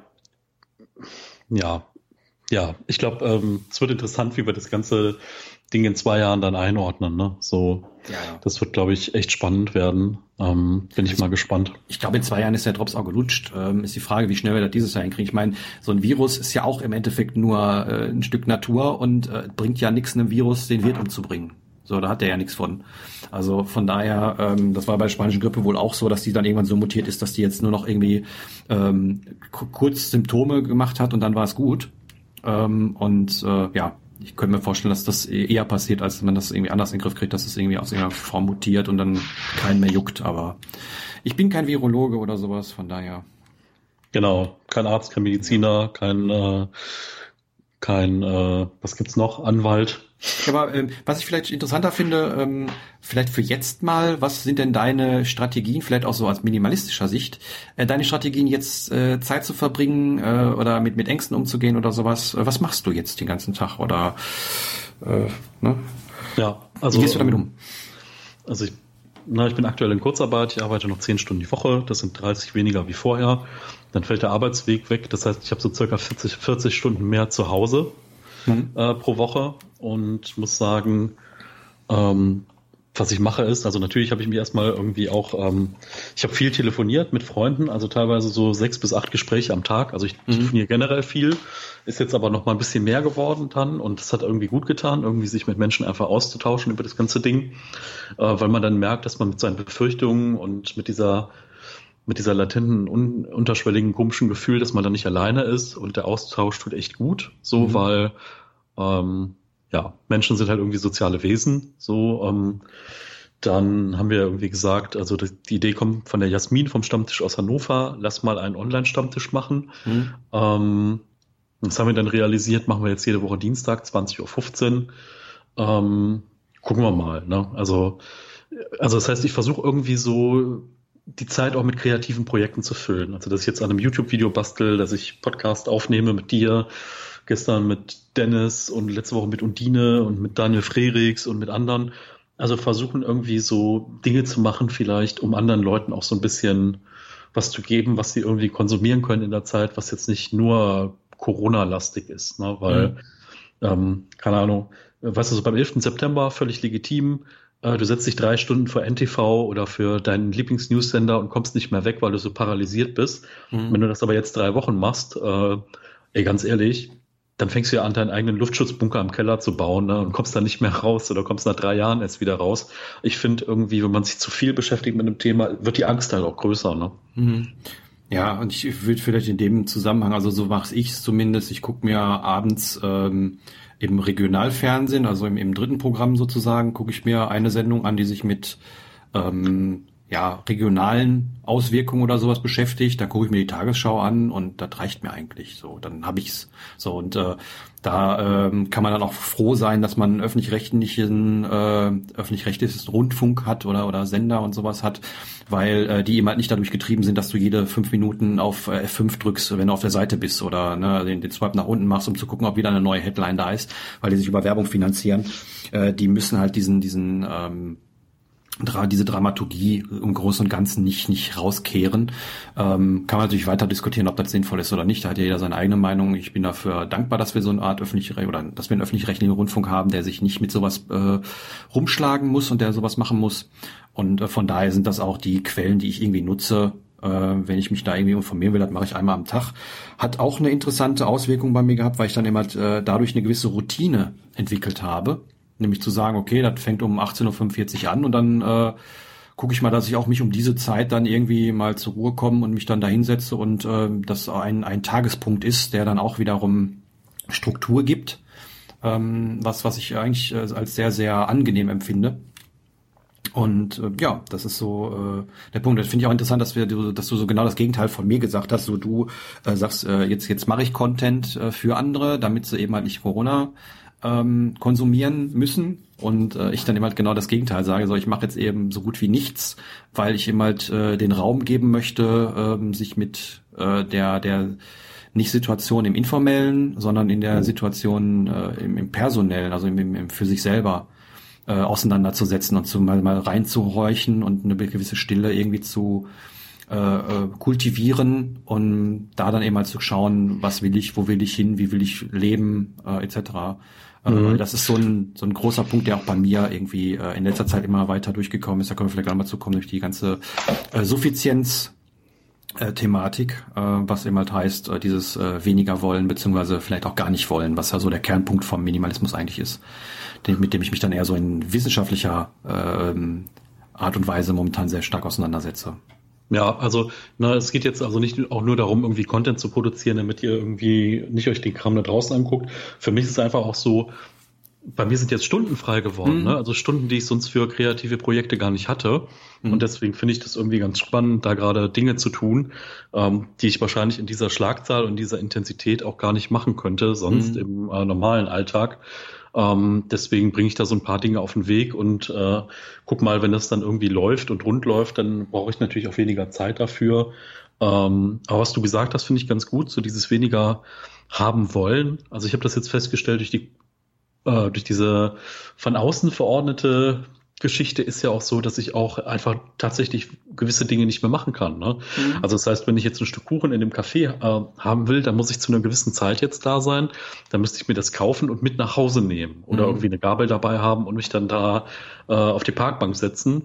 ja, ich glaube, es wird interessant, wie wir das ganze Ding in 2 Jahren dann einordnen. Ne? So, Das wird, glaube ich, echt spannend werden. Bin ich mal gespannt. Ich glaube, in 2 Jahren ist der Drops auch gelutscht. Ist die Frage, wie schnell wir das dieses Jahr hinkriegen. Ich meine, so ein Virus ist ja auch im Endeffekt nur ein Stück Natur und bringt ja nichts, einem Virus den Wirt umzubringen. So, da hat der ja nichts von. Also von daher, das war bei der spanischen Grippe wohl auch so, dass die dann irgendwann so mutiert ist, dass die jetzt nur noch irgendwie kurz Symptome gemacht hat und dann war es gut. Ich könnte mir vorstellen, dass das eher passiert, als wenn man das irgendwie anders in den Griff kriegt, dass es irgendwie aus irgendeiner Form mutiert und dann keinen mehr juckt. Aber ich bin kein Virologe oder sowas, von daher. Genau, kein Arzt, kein Mediziner, kein was gibt's noch, Anwalt. Aber was ich vielleicht interessanter finde, vielleicht für jetzt mal, was sind denn deine Strategien, vielleicht auch so aus minimalistischer Sicht, deine Strategien jetzt Zeit zu verbringen oder mit Ängsten umzugehen oder sowas? Was machst du jetzt den ganzen Tag oder ne? Ja, also wie gehst du damit um? Also ich ich bin aktuell in Kurzarbeit, ich arbeite noch 10 Stunden die Woche, das sind 30 weniger wie vorher. Dann fällt der Arbeitsweg weg, das heißt, ich habe so circa 40 Stunden mehr zu Hause pro Woche und muss sagen, was ich mache ist, also natürlich habe ich mir erstmal irgendwie auch, ich habe viel telefoniert mit Freunden, also teilweise so 6 bis 8 Gespräche am Tag. Also ich telefoniere generell viel, ist jetzt aber noch mal ein bisschen mehr geworden dann und das hat irgendwie gut getan, irgendwie sich mit Menschen einfach auszutauschen über das ganze Ding, weil man dann merkt, dass man mit seinen Befürchtungen und mit dieser latenten, unterschwelligen, komischen Gefühl, dass man da nicht alleine ist und der Austausch tut echt gut, so, weil Menschen sind halt irgendwie soziale Wesen, so, dann haben wir irgendwie gesagt, also die Idee kommt von der Jasmin vom Stammtisch aus Hannover, lass mal einen Online-Stammtisch machen. Das haben wir dann realisiert, machen wir jetzt jede Woche Dienstag, 20:15 Uhr. Gucken wir mal, ne? Also das heißt, ich versuche irgendwie so die Zeit auch mit kreativen Projekten zu füllen. Also dass ich jetzt an einem YouTube-Video bastel, dass ich Podcast aufnehme mit dir, gestern mit Dennis und letzte Woche mit Undine und mit Daniel Frerichs und mit anderen. Also versuchen irgendwie so Dinge zu machen, vielleicht um anderen Leuten auch so ein bisschen was zu geben, was sie irgendwie konsumieren können in der Zeit, was jetzt nicht nur Corona-lastig ist, ne? Weil, keine Ahnung, weißt du, so beim 11. September völlig legitim, du setzt dich 3 Stunden vor NTV oder für deinen Lieblings-News-Sender und kommst nicht mehr weg, weil du so paralysiert bist. Wenn du das aber jetzt 3 Wochen machst, ganz ehrlich, dann fängst du ja an, deinen eigenen Luftschutzbunker im Keller zu bauen, ne, und kommst dann nicht mehr raus oder kommst nach 3 Jahren erst wieder raus. Ich finde irgendwie, wenn man sich zu viel beschäftigt mit einem Thema, wird die Angst halt auch größer, ne? Ja, und ich würde vielleicht in dem Zusammenhang, also so mache ich es zumindest, ich gucke mir abends im Regionalfernsehen, also im dritten Programm sozusagen, gucke ich mir eine Sendung an, die sich mit regionalen Auswirkungen oder sowas beschäftigt. Da gucke ich mir die Tagesschau an und das reicht mir eigentlich so. Dann habe ich's so und da kann man dann auch froh sein, dass man öffentlich-rechtliches Rundfunk hat oder Sender und sowas hat, weil die eben halt nicht dadurch getrieben sind, dass du jede 5 Minuten auf F5 drückst, wenn du auf der Seite bist oder den Swipe nach unten machst, um zu gucken, ob wieder eine neue Headline da ist, weil die sich über Werbung finanzieren. Die müssen halt diese Dramaturgie im Großen und Ganzen nicht rauskehren. Kann man natürlich weiter diskutieren, ob das sinnvoll ist oder nicht. Da hat ja jeder seine eigene Meinung. Ich bin dafür dankbar, dass wir so eine Art dass wir einen öffentlich-rechtlichen Rundfunk haben, der sich nicht mit sowas rumschlagen muss und der sowas machen muss. Und von daher sind das auch die Quellen, die ich irgendwie nutze, wenn ich mich da irgendwie informieren will. Das mache ich einmal am Tag. Hat auch eine interessante Auswirkung bei mir gehabt, weil ich dann immer dadurch eine gewisse Routine entwickelt habe. Nämlich zu sagen, okay, das fängt um 18:45 Uhr an und dann gucke ich mal, dass ich auch mich um diese Zeit dann irgendwie mal zur Ruhe komme und mich dann da hinsetze und das ein Tagespunkt ist, der dann auch wiederum Struktur gibt, was ich eigentlich als sehr, sehr angenehm empfinde. Und das ist so der Punkt. Das finde ich auch interessant, dass du so genau das Gegenteil von mir gesagt hast. So du sagst, jetzt mache ich Content für andere, damit sie eben halt nicht Corona konsumieren müssen und ich dann eben halt genau das Gegenteil sage, so ich mache jetzt eben so gut wie nichts, weil ich eben halt den Raum geben möchte, sich mit der nicht Situation im Informellen, sondern in der Situation im Personellen, also im für sich selber auseinanderzusetzen und mal reinzuhorchen und eine gewisse Stille irgendwie zu kultivieren und da dann eben mal zu schauen, was will ich, wo will ich hin, wie will ich leben, etc. Das ist so ein großer Punkt, der auch bei mir irgendwie in letzter Zeit immer weiter durchgekommen ist. Da können wir vielleicht auch mal zukommen durch die ganze Suffizienz-Thematik, was eben halt heißt, dieses weniger wollen, beziehungsweise vielleicht auch gar nicht wollen, was ja so der Kernpunkt vom Minimalismus eigentlich ist, mit dem ich mich dann eher so in wissenschaftlicher Art und Weise momentan sehr stark auseinandersetze. Ja, also es geht jetzt also nicht auch nur darum, irgendwie Content zu produzieren, damit ihr irgendwie nicht euch den Kram da draußen anguckt. Für mich ist es einfach auch so, bei mir sind jetzt Stunden frei geworden, ne? Also Stunden, die ich sonst für kreative Projekte gar nicht hatte. Und deswegen finde ich das irgendwie ganz spannend, da gerade Dinge zu tun, die ich wahrscheinlich in dieser Schlagzahl und dieser Intensität auch gar nicht machen könnte, sonst im normalen Alltag. Deswegen bringe ich da so ein paar Dinge auf den Weg und guck mal, wenn das dann irgendwie läuft und rund läuft, dann brauche ich natürlich auch weniger Zeit dafür. Aber was du gesagt hast, finde ich ganz gut, so dieses weniger haben wollen. Also ich habe das jetzt festgestellt durch diese von außen verordnete Geschichte ist ja auch so, dass ich auch einfach tatsächlich gewisse Dinge nicht mehr machen kann. Ne? Also das heißt, wenn ich jetzt ein Stück Kuchen in dem Café haben will, dann muss ich zu einer gewissen Zeit jetzt da sein. Dann müsste ich mir das kaufen und mit nach Hause nehmen oder irgendwie eine Gabel dabei haben und mich dann da auf die Parkbank setzen.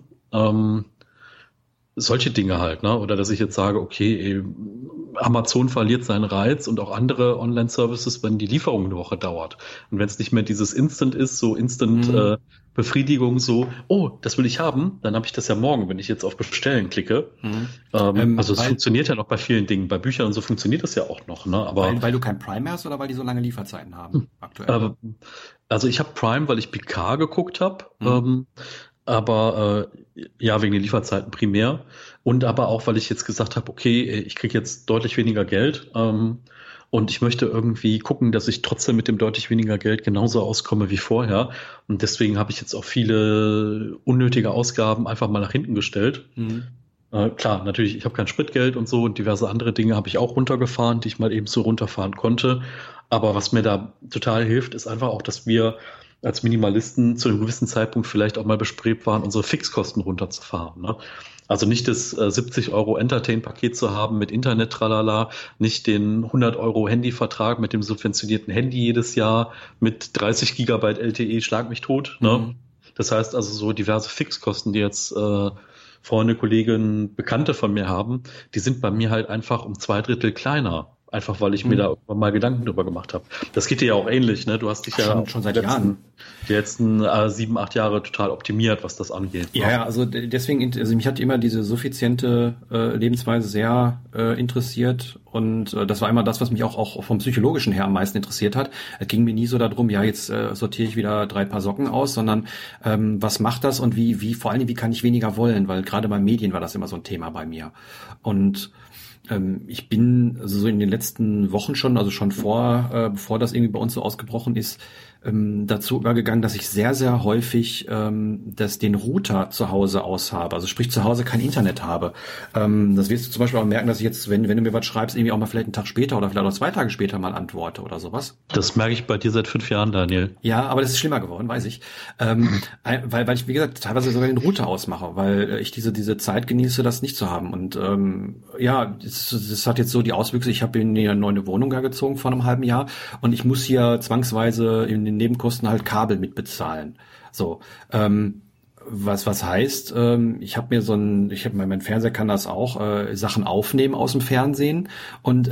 Solche Dinge halt, ne? Oder dass ich jetzt sage, okay, Amazon verliert seinen Reiz und auch andere Online-Services, wenn die Lieferung eine Woche dauert. Und wenn es nicht mehr dieses Instant ist, so Instant Befriedigung, so, oh, das will ich haben, dann habe ich das ja morgen, wenn ich jetzt auf Bestellen klicke. Also es funktioniert ja noch bei vielen Dingen. Bei Büchern und so funktioniert das ja auch noch, ne? Aber weil du kein Prime hast oder weil die so lange Lieferzeiten haben aktuell? Also ich habe Prime, weil ich PK geguckt habe. Aber ja, wegen den Lieferzeiten primär und aber auch, weil ich jetzt gesagt habe, okay, ich kriege jetzt deutlich weniger Geld und ich möchte irgendwie gucken, dass ich trotzdem mit dem deutlich weniger Geld genauso auskomme wie vorher und deswegen habe ich jetzt auch viele unnötige Ausgaben einfach mal nach hinten gestellt. Klar, natürlich, ich habe kein Spritgeld und so und diverse andere Dinge habe ich auch runtergefahren, die ich mal eben so runterfahren konnte, aber was mir da total hilft, ist einfach auch, dass wir als Minimalisten zu einem gewissen Zeitpunkt vielleicht auch mal bestrebt waren, unsere Fixkosten runterzufahren. Ne? Also nicht das 70 € Entertain-Paket zu haben mit Internet, tralala, nicht den 100 € Handyvertrag mit dem subventionierten Handy jedes Jahr mit 30 Gigabyte LTE, schlag mich tot. Ne? Das heißt also so diverse Fixkosten, die jetzt Freunde, Kollegen, Bekannte von mir haben, die sind bei mir halt einfach um 2/3 kleiner. Einfach weil ich mir da irgendwann mal Gedanken drüber gemacht habe. Das geht dir ja auch ähnlich, ne? Du hast dich schon seit Jahren die letzten 7, 8 Jahre total optimiert, was das angeht. Ja, also deswegen, also mich hat immer diese suffiziente Lebensweise sehr interessiert und das war immer das, was mich auch vom psychologischen her am meisten interessiert hat. Es ging mir nie so darum, ja, jetzt sortiere ich wieder 3 Paar Socken aus, sondern was macht das und wie vor allen Dingen, wie kann ich weniger wollen, weil gerade bei Medien war das immer so ein Thema bei mir. Und ich bin also so in den letzten Wochen schon, also schon bevor das irgendwie bei uns so ausgebrochen ist, dazu übergegangen, dass ich sehr, sehr häufig den Router zu Hause aus habe. Also sprich zu Hause kein Internet habe. Das wirst du zum Beispiel auch merken, dass ich jetzt, wenn du mir was schreibst, irgendwie auch mal vielleicht einen Tag später oder vielleicht auch 2 Tage später mal antworte oder sowas. Das merke ich bei dir seit 5 Jahren, Daniel. Ja, aber das ist schlimmer geworden, weiß ich. Weil ich, wie gesagt, teilweise sogar den Router ausmache, weil ich diese Zeit genieße, das nicht zu haben. Und ja, das hat jetzt so die Auswüchse. Ich habe in eine neue Wohnung gezogen vor einem halben Jahr und ich muss hier zwangsweise in den Nebenkosten halt Kabel mitbezahlen. So, was heißt, mein Fernseher kann das auch, Sachen aufnehmen aus dem Fernsehen und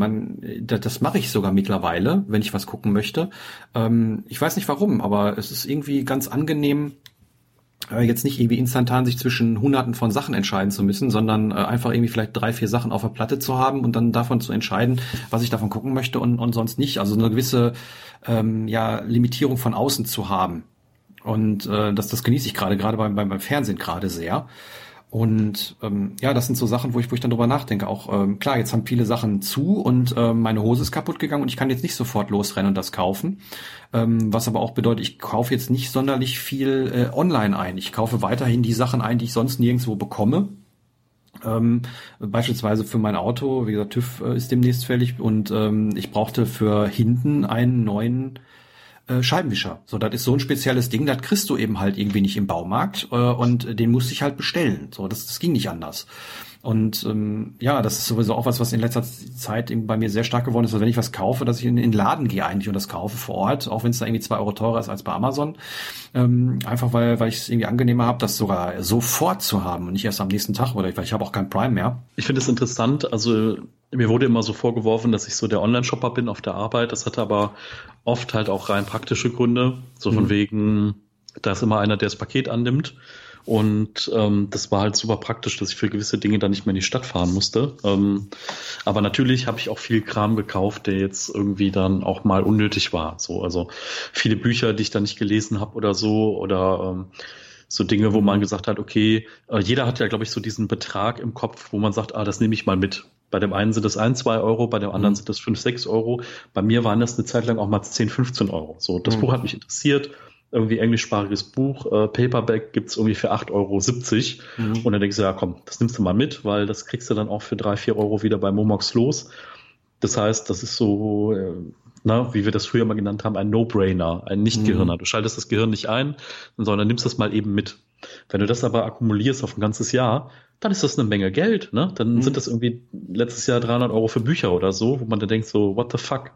das mache ich sogar mittlerweile, wenn ich was gucken möchte. Ich weiß nicht warum, aber es ist irgendwie ganz angenehm, jetzt nicht irgendwie instantan sich zwischen Hunderten von Sachen entscheiden zu müssen, sondern einfach irgendwie vielleicht 3, 4 Sachen auf der Platte zu haben und dann davon zu entscheiden, was ich davon gucken möchte und sonst nicht. Also eine gewisse Limitierung von außen zu haben. Und das genieße ich gerade beim Fernsehen gerade sehr. Und das sind so Sachen, wo ich dann drüber nachdenke. Auch klar, jetzt haben viele Sachen zu und meine Hose ist kaputt gegangen und ich kann jetzt nicht sofort losrennen und das kaufen. Was aber auch bedeutet, ich kaufe jetzt nicht sonderlich viel online ein. Ich kaufe weiterhin die Sachen ein, die ich sonst nirgendwo bekomme. Beispielsweise für mein Auto, wie gesagt, TÜV ist demnächst fällig und ich brauchte für hinten einen neuen Scheibenwischer. So, das ist so ein spezielles Ding, das kriegst du eben halt irgendwie nicht im Baumarkt und den musste ich halt bestellen. So, das ging nicht anders. Und das ist sowieso auch was in letzter Zeit eben bei mir sehr stark geworden ist, dass wenn ich was kaufe, dass ich in den Laden gehe eigentlich und das kaufe vor Ort, auch wenn es da irgendwie 2 € teurer ist als bei Amazon. Einfach weil ich es irgendwie angenehmer habe, das sogar sofort zu haben und nicht erst am nächsten Tag weil ich habe auch kein Prime mehr. Ich finde es interessant, also mir wurde immer so vorgeworfen, dass ich so der Online-Shopper bin auf der Arbeit. Das hatte aber oft halt auch rein praktische Gründe. So von wegen, da ist immer einer, der das Paket annimmt. Und das war halt super praktisch, dass ich für gewisse Dinge dann nicht mehr in die Stadt fahren musste. Aber natürlich habe ich auch viel Kram gekauft, der jetzt irgendwie dann auch mal unnötig war. So, also viele Bücher, die ich dann nicht gelesen habe oder so. Oder so Dinge, wo man gesagt hat, okay, jeder hat ja, glaube ich, so diesen Betrag im Kopf, wo man sagt, das nehme ich mal mit. Bei dem einen sind das 1, 2 €, bei dem anderen sind das 5, 6 €. Bei mir waren das eine Zeit lang auch mal 10, 15 €. So, das Buch hat mich interessiert. Irgendwie englischsprachiges Buch, Paperback gibt's irgendwie für 8,70 €. Und dann denkst du, ja komm, das nimmst du mal mit, weil das kriegst du dann auch für 3, 4 € wieder bei Momox los. Das heißt, das ist so, wie wir das früher mal genannt haben, ein No-Brainer, ein Nicht-Gehirner. Du schaltest das Gehirn nicht ein, sondern nimmst das mal eben mit. Wenn du das aber akkumulierst auf ein ganzes Jahr, dann ist das eine Menge Geld, ne? Dann sind das irgendwie letztes Jahr 300 Euro für Bücher oder so, wo man dann denkt so, what the fuck?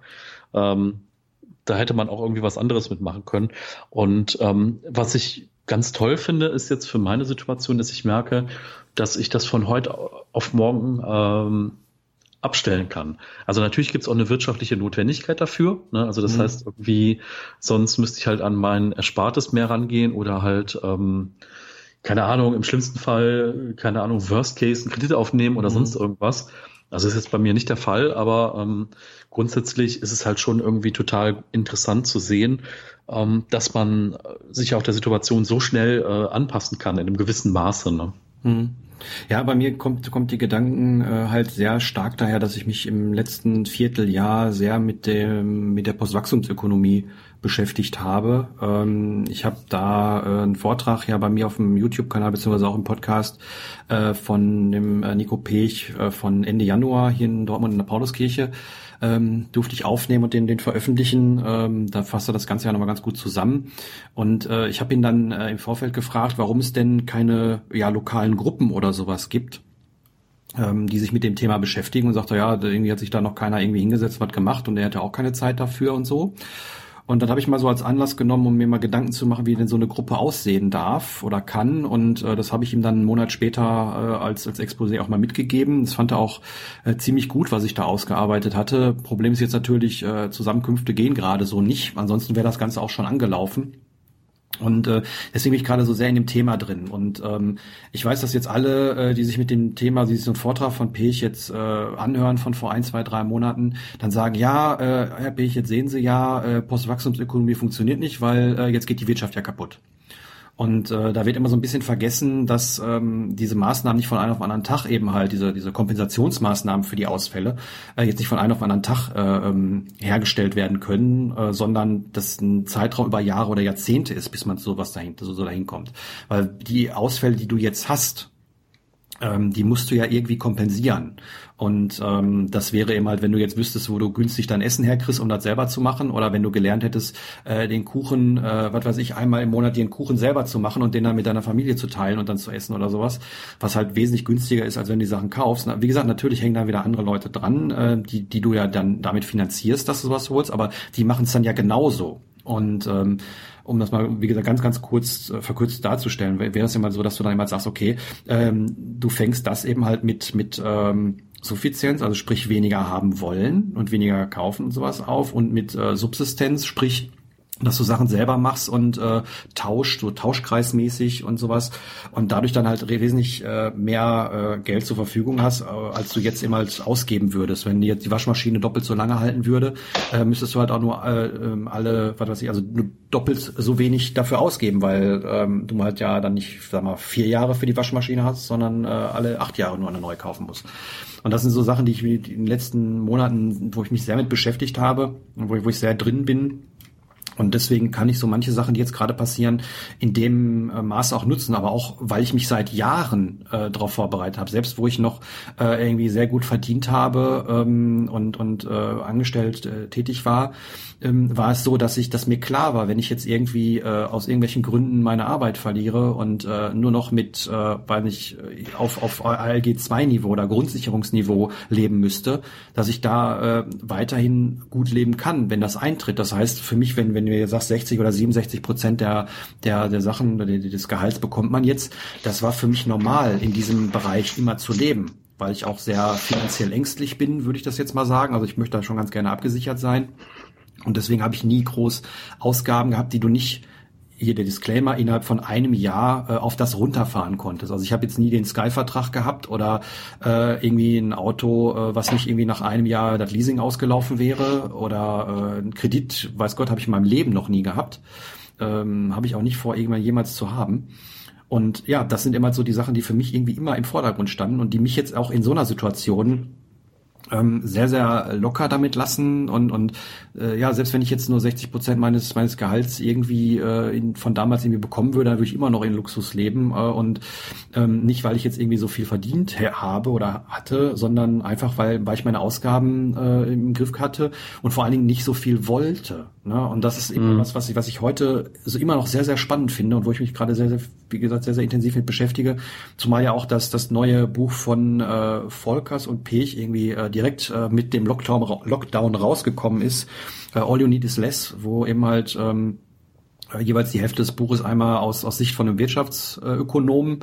Da hätte man auch irgendwie was anderes mitmachen können. Und was ich ganz toll finde, ist jetzt für meine Situation, dass ich merke, dass ich das von heute auf morgen abstellen kann. Also natürlich gibt es auch eine wirtschaftliche Notwendigkeit dafür, ne? Also das heißt irgendwie, sonst müsste ich halt an mein Erspartes mehr rangehen oder halt, keine Ahnung, im schlimmsten Fall, keine Ahnung, Worst Case, einen Kredit aufnehmen oder sonst irgendwas. Also ist jetzt bei mir nicht der Fall, aber grundsätzlich ist es halt schon irgendwie total interessant zu sehen, dass man sich auch der Situation so schnell anpassen kann in einem gewissen Maße, ne? Ja, bei mir kommt die Gedanken halt sehr stark daher, dass ich mich im letzten Vierteljahr sehr mit der Postwachstumsökonomie beschäftigt habe. Ich habe da einen Vortrag ja bei mir auf dem YouTube-Kanal beziehungsweise auch im Podcast von dem Nico Pech von Ende Januar hier in Dortmund in der Pauluskirche durfte ich aufnehmen und den veröffentlichen. Da fasst er das Ganze ja nochmal ganz gut zusammen. Und ich habe ihn dann im Vorfeld gefragt, warum es denn keine lokalen Gruppen oder sowas gibt, die sich mit dem Thema beschäftigen, und sagte, ja, irgendwie hat sich da noch keiner irgendwie hingesetzt, was gemacht, und er hatte auch keine Zeit dafür und so. Und dann habe ich mal so als Anlass genommen, um mir mal Gedanken zu machen, wie denn so eine Gruppe aussehen darf oder kann. Und das habe ich ihm dann einen Monat später als Exposé auch mal mitgegeben. Das fand er auch ziemlich gut, was ich da ausgearbeitet hatte. Problem ist jetzt natürlich, Zusammenkünfte gehen gerade so nicht. Ansonsten wäre das Ganze auch schon angelaufen. Und deswegen bin ich gerade so sehr in dem Thema drin. Und ich weiß, dass jetzt alle, die sich mit dem Thema, die sich so einen Vortrag von Pech jetzt anhören von vor 1, 2, 3 Monaten, dann sagen, ja, Herr Pech, jetzt sehen Sie ja, Postwachstumsökonomie funktioniert nicht, weil jetzt geht die Wirtschaft ja kaputt. Und da wird immer so ein bisschen vergessen, dass diese Maßnahmen nicht von einem auf den anderen Tag eben halt, diese Kompensationsmaßnahmen für die Ausfälle, jetzt nicht von einem auf den anderen Tag hergestellt werden können, sondern das ein Zeitraum über Jahre oder Jahrzehnte ist, bis man so dahin kommt. Weil die Ausfälle, die du jetzt hast, die musst du ja irgendwie kompensieren. Und das wäre eben halt, wenn du jetzt wüsstest, wo du günstig dein Essen herkriegst, um das selber zu machen, oder wenn du gelernt hättest, den Kuchen, einmal im Monat dir einen Kuchen selber zu machen und den dann mit deiner Familie zu teilen und dann zu essen oder sowas, was halt wesentlich günstiger ist, als wenn du die Sachen kaufst. Wie gesagt, natürlich hängen da wieder andere Leute dran, die du ja dann damit finanzierst, dass du sowas holst, aber die machen es dann ja genauso. Und um das mal, wie gesagt, ganz, ganz kurz verkürzt darzustellen, wäre das ja mal so, dass du dann immer sagst, okay, du fängst das eben halt mit Suffizienz, also sprich weniger haben wollen und weniger kaufen und sowas auf, und mit Subsistenz, sprich, dass du Sachen selber machst und tauschkreismäßig und sowas, und dadurch dann halt wesentlich mehr Geld zur Verfügung hast, als du jetzt immer halt ausgeben würdest. Wenn dir jetzt die Waschmaschine doppelt so lange halten würde, müsstest du halt auch nur nur doppelt so wenig dafür ausgeben, weil du halt ja dann nicht, 4 Jahre für die Waschmaschine hast, sondern alle 8 Jahre nur eine neu kaufen musst. Und das sind so Sachen, die ich in den letzten Monaten, wo ich mich sehr mit beschäftigt habe und wo ich sehr drin bin. Und deswegen kann ich so manche Sachen, die jetzt gerade passieren, in dem Maße auch nutzen, aber auch, weil ich mich seit Jahren darauf vorbereitet habe. Selbst wo ich noch irgendwie sehr gut verdient habe und angestellt tätig war, war es so, dass mir klar war, wenn ich jetzt irgendwie aus irgendwelchen Gründen meine Arbeit verliere und nur noch mit, auf ALG 2 Niveau oder Grundsicherungsniveau leben müsste, dass ich da weiterhin gut leben kann, wenn das eintritt. Das heißt, für mich, wenn du jetzt sagst, 60 oder 67% der Sachen, des Gehalts bekommt man jetzt, das war für mich normal, in diesem Bereich immer zu leben, weil ich auch sehr finanziell ängstlich bin, würde ich das jetzt mal sagen. Also ich möchte da schon ganz gerne abgesichert sein. Und deswegen habe ich nie groß Ausgaben gehabt, die du nicht, hier der Disclaimer, innerhalb von einem Jahr auf das runterfahren konntest. Also ich habe jetzt nie den Sky-Vertrag gehabt oder irgendwie ein Auto, was nicht irgendwie nach einem Jahr das Leasing ausgelaufen wäre, oder ein Kredit, weiß Gott, habe ich in meinem Leben noch nie gehabt. Habe ich auch nicht vor, irgendwann jemals zu haben. Und ja, das sind immer so die Sachen, die für mich irgendwie immer im Vordergrund standen und die mich jetzt auch in so einer Situation sehr, sehr locker damit lassen und selbst wenn ich jetzt nur 60% meines Gehalts irgendwie von damals irgendwie bekommen würde, dann würde ich immer noch in Luxus leben und nicht, weil ich jetzt irgendwie so viel verdient habe oder hatte, sondern einfach, weil ich meine Ausgaben im Griff hatte und vor allen Dingen nicht so viel wollte. Ne? Und das ist immer was ich heute so immer noch sehr, sehr spannend finde und wo ich mich gerade sehr, sehr wie gesagt, sehr, sehr intensiv mit beschäftige. Zumal ja auch das neue Buch von Volkers und Pech irgendwie direkt mit dem Lockdown rausgekommen ist. All You Need Is Less, wo eben halt jeweils die Hälfte des Buches einmal aus Sicht von einem Wirtschaftsökonomen,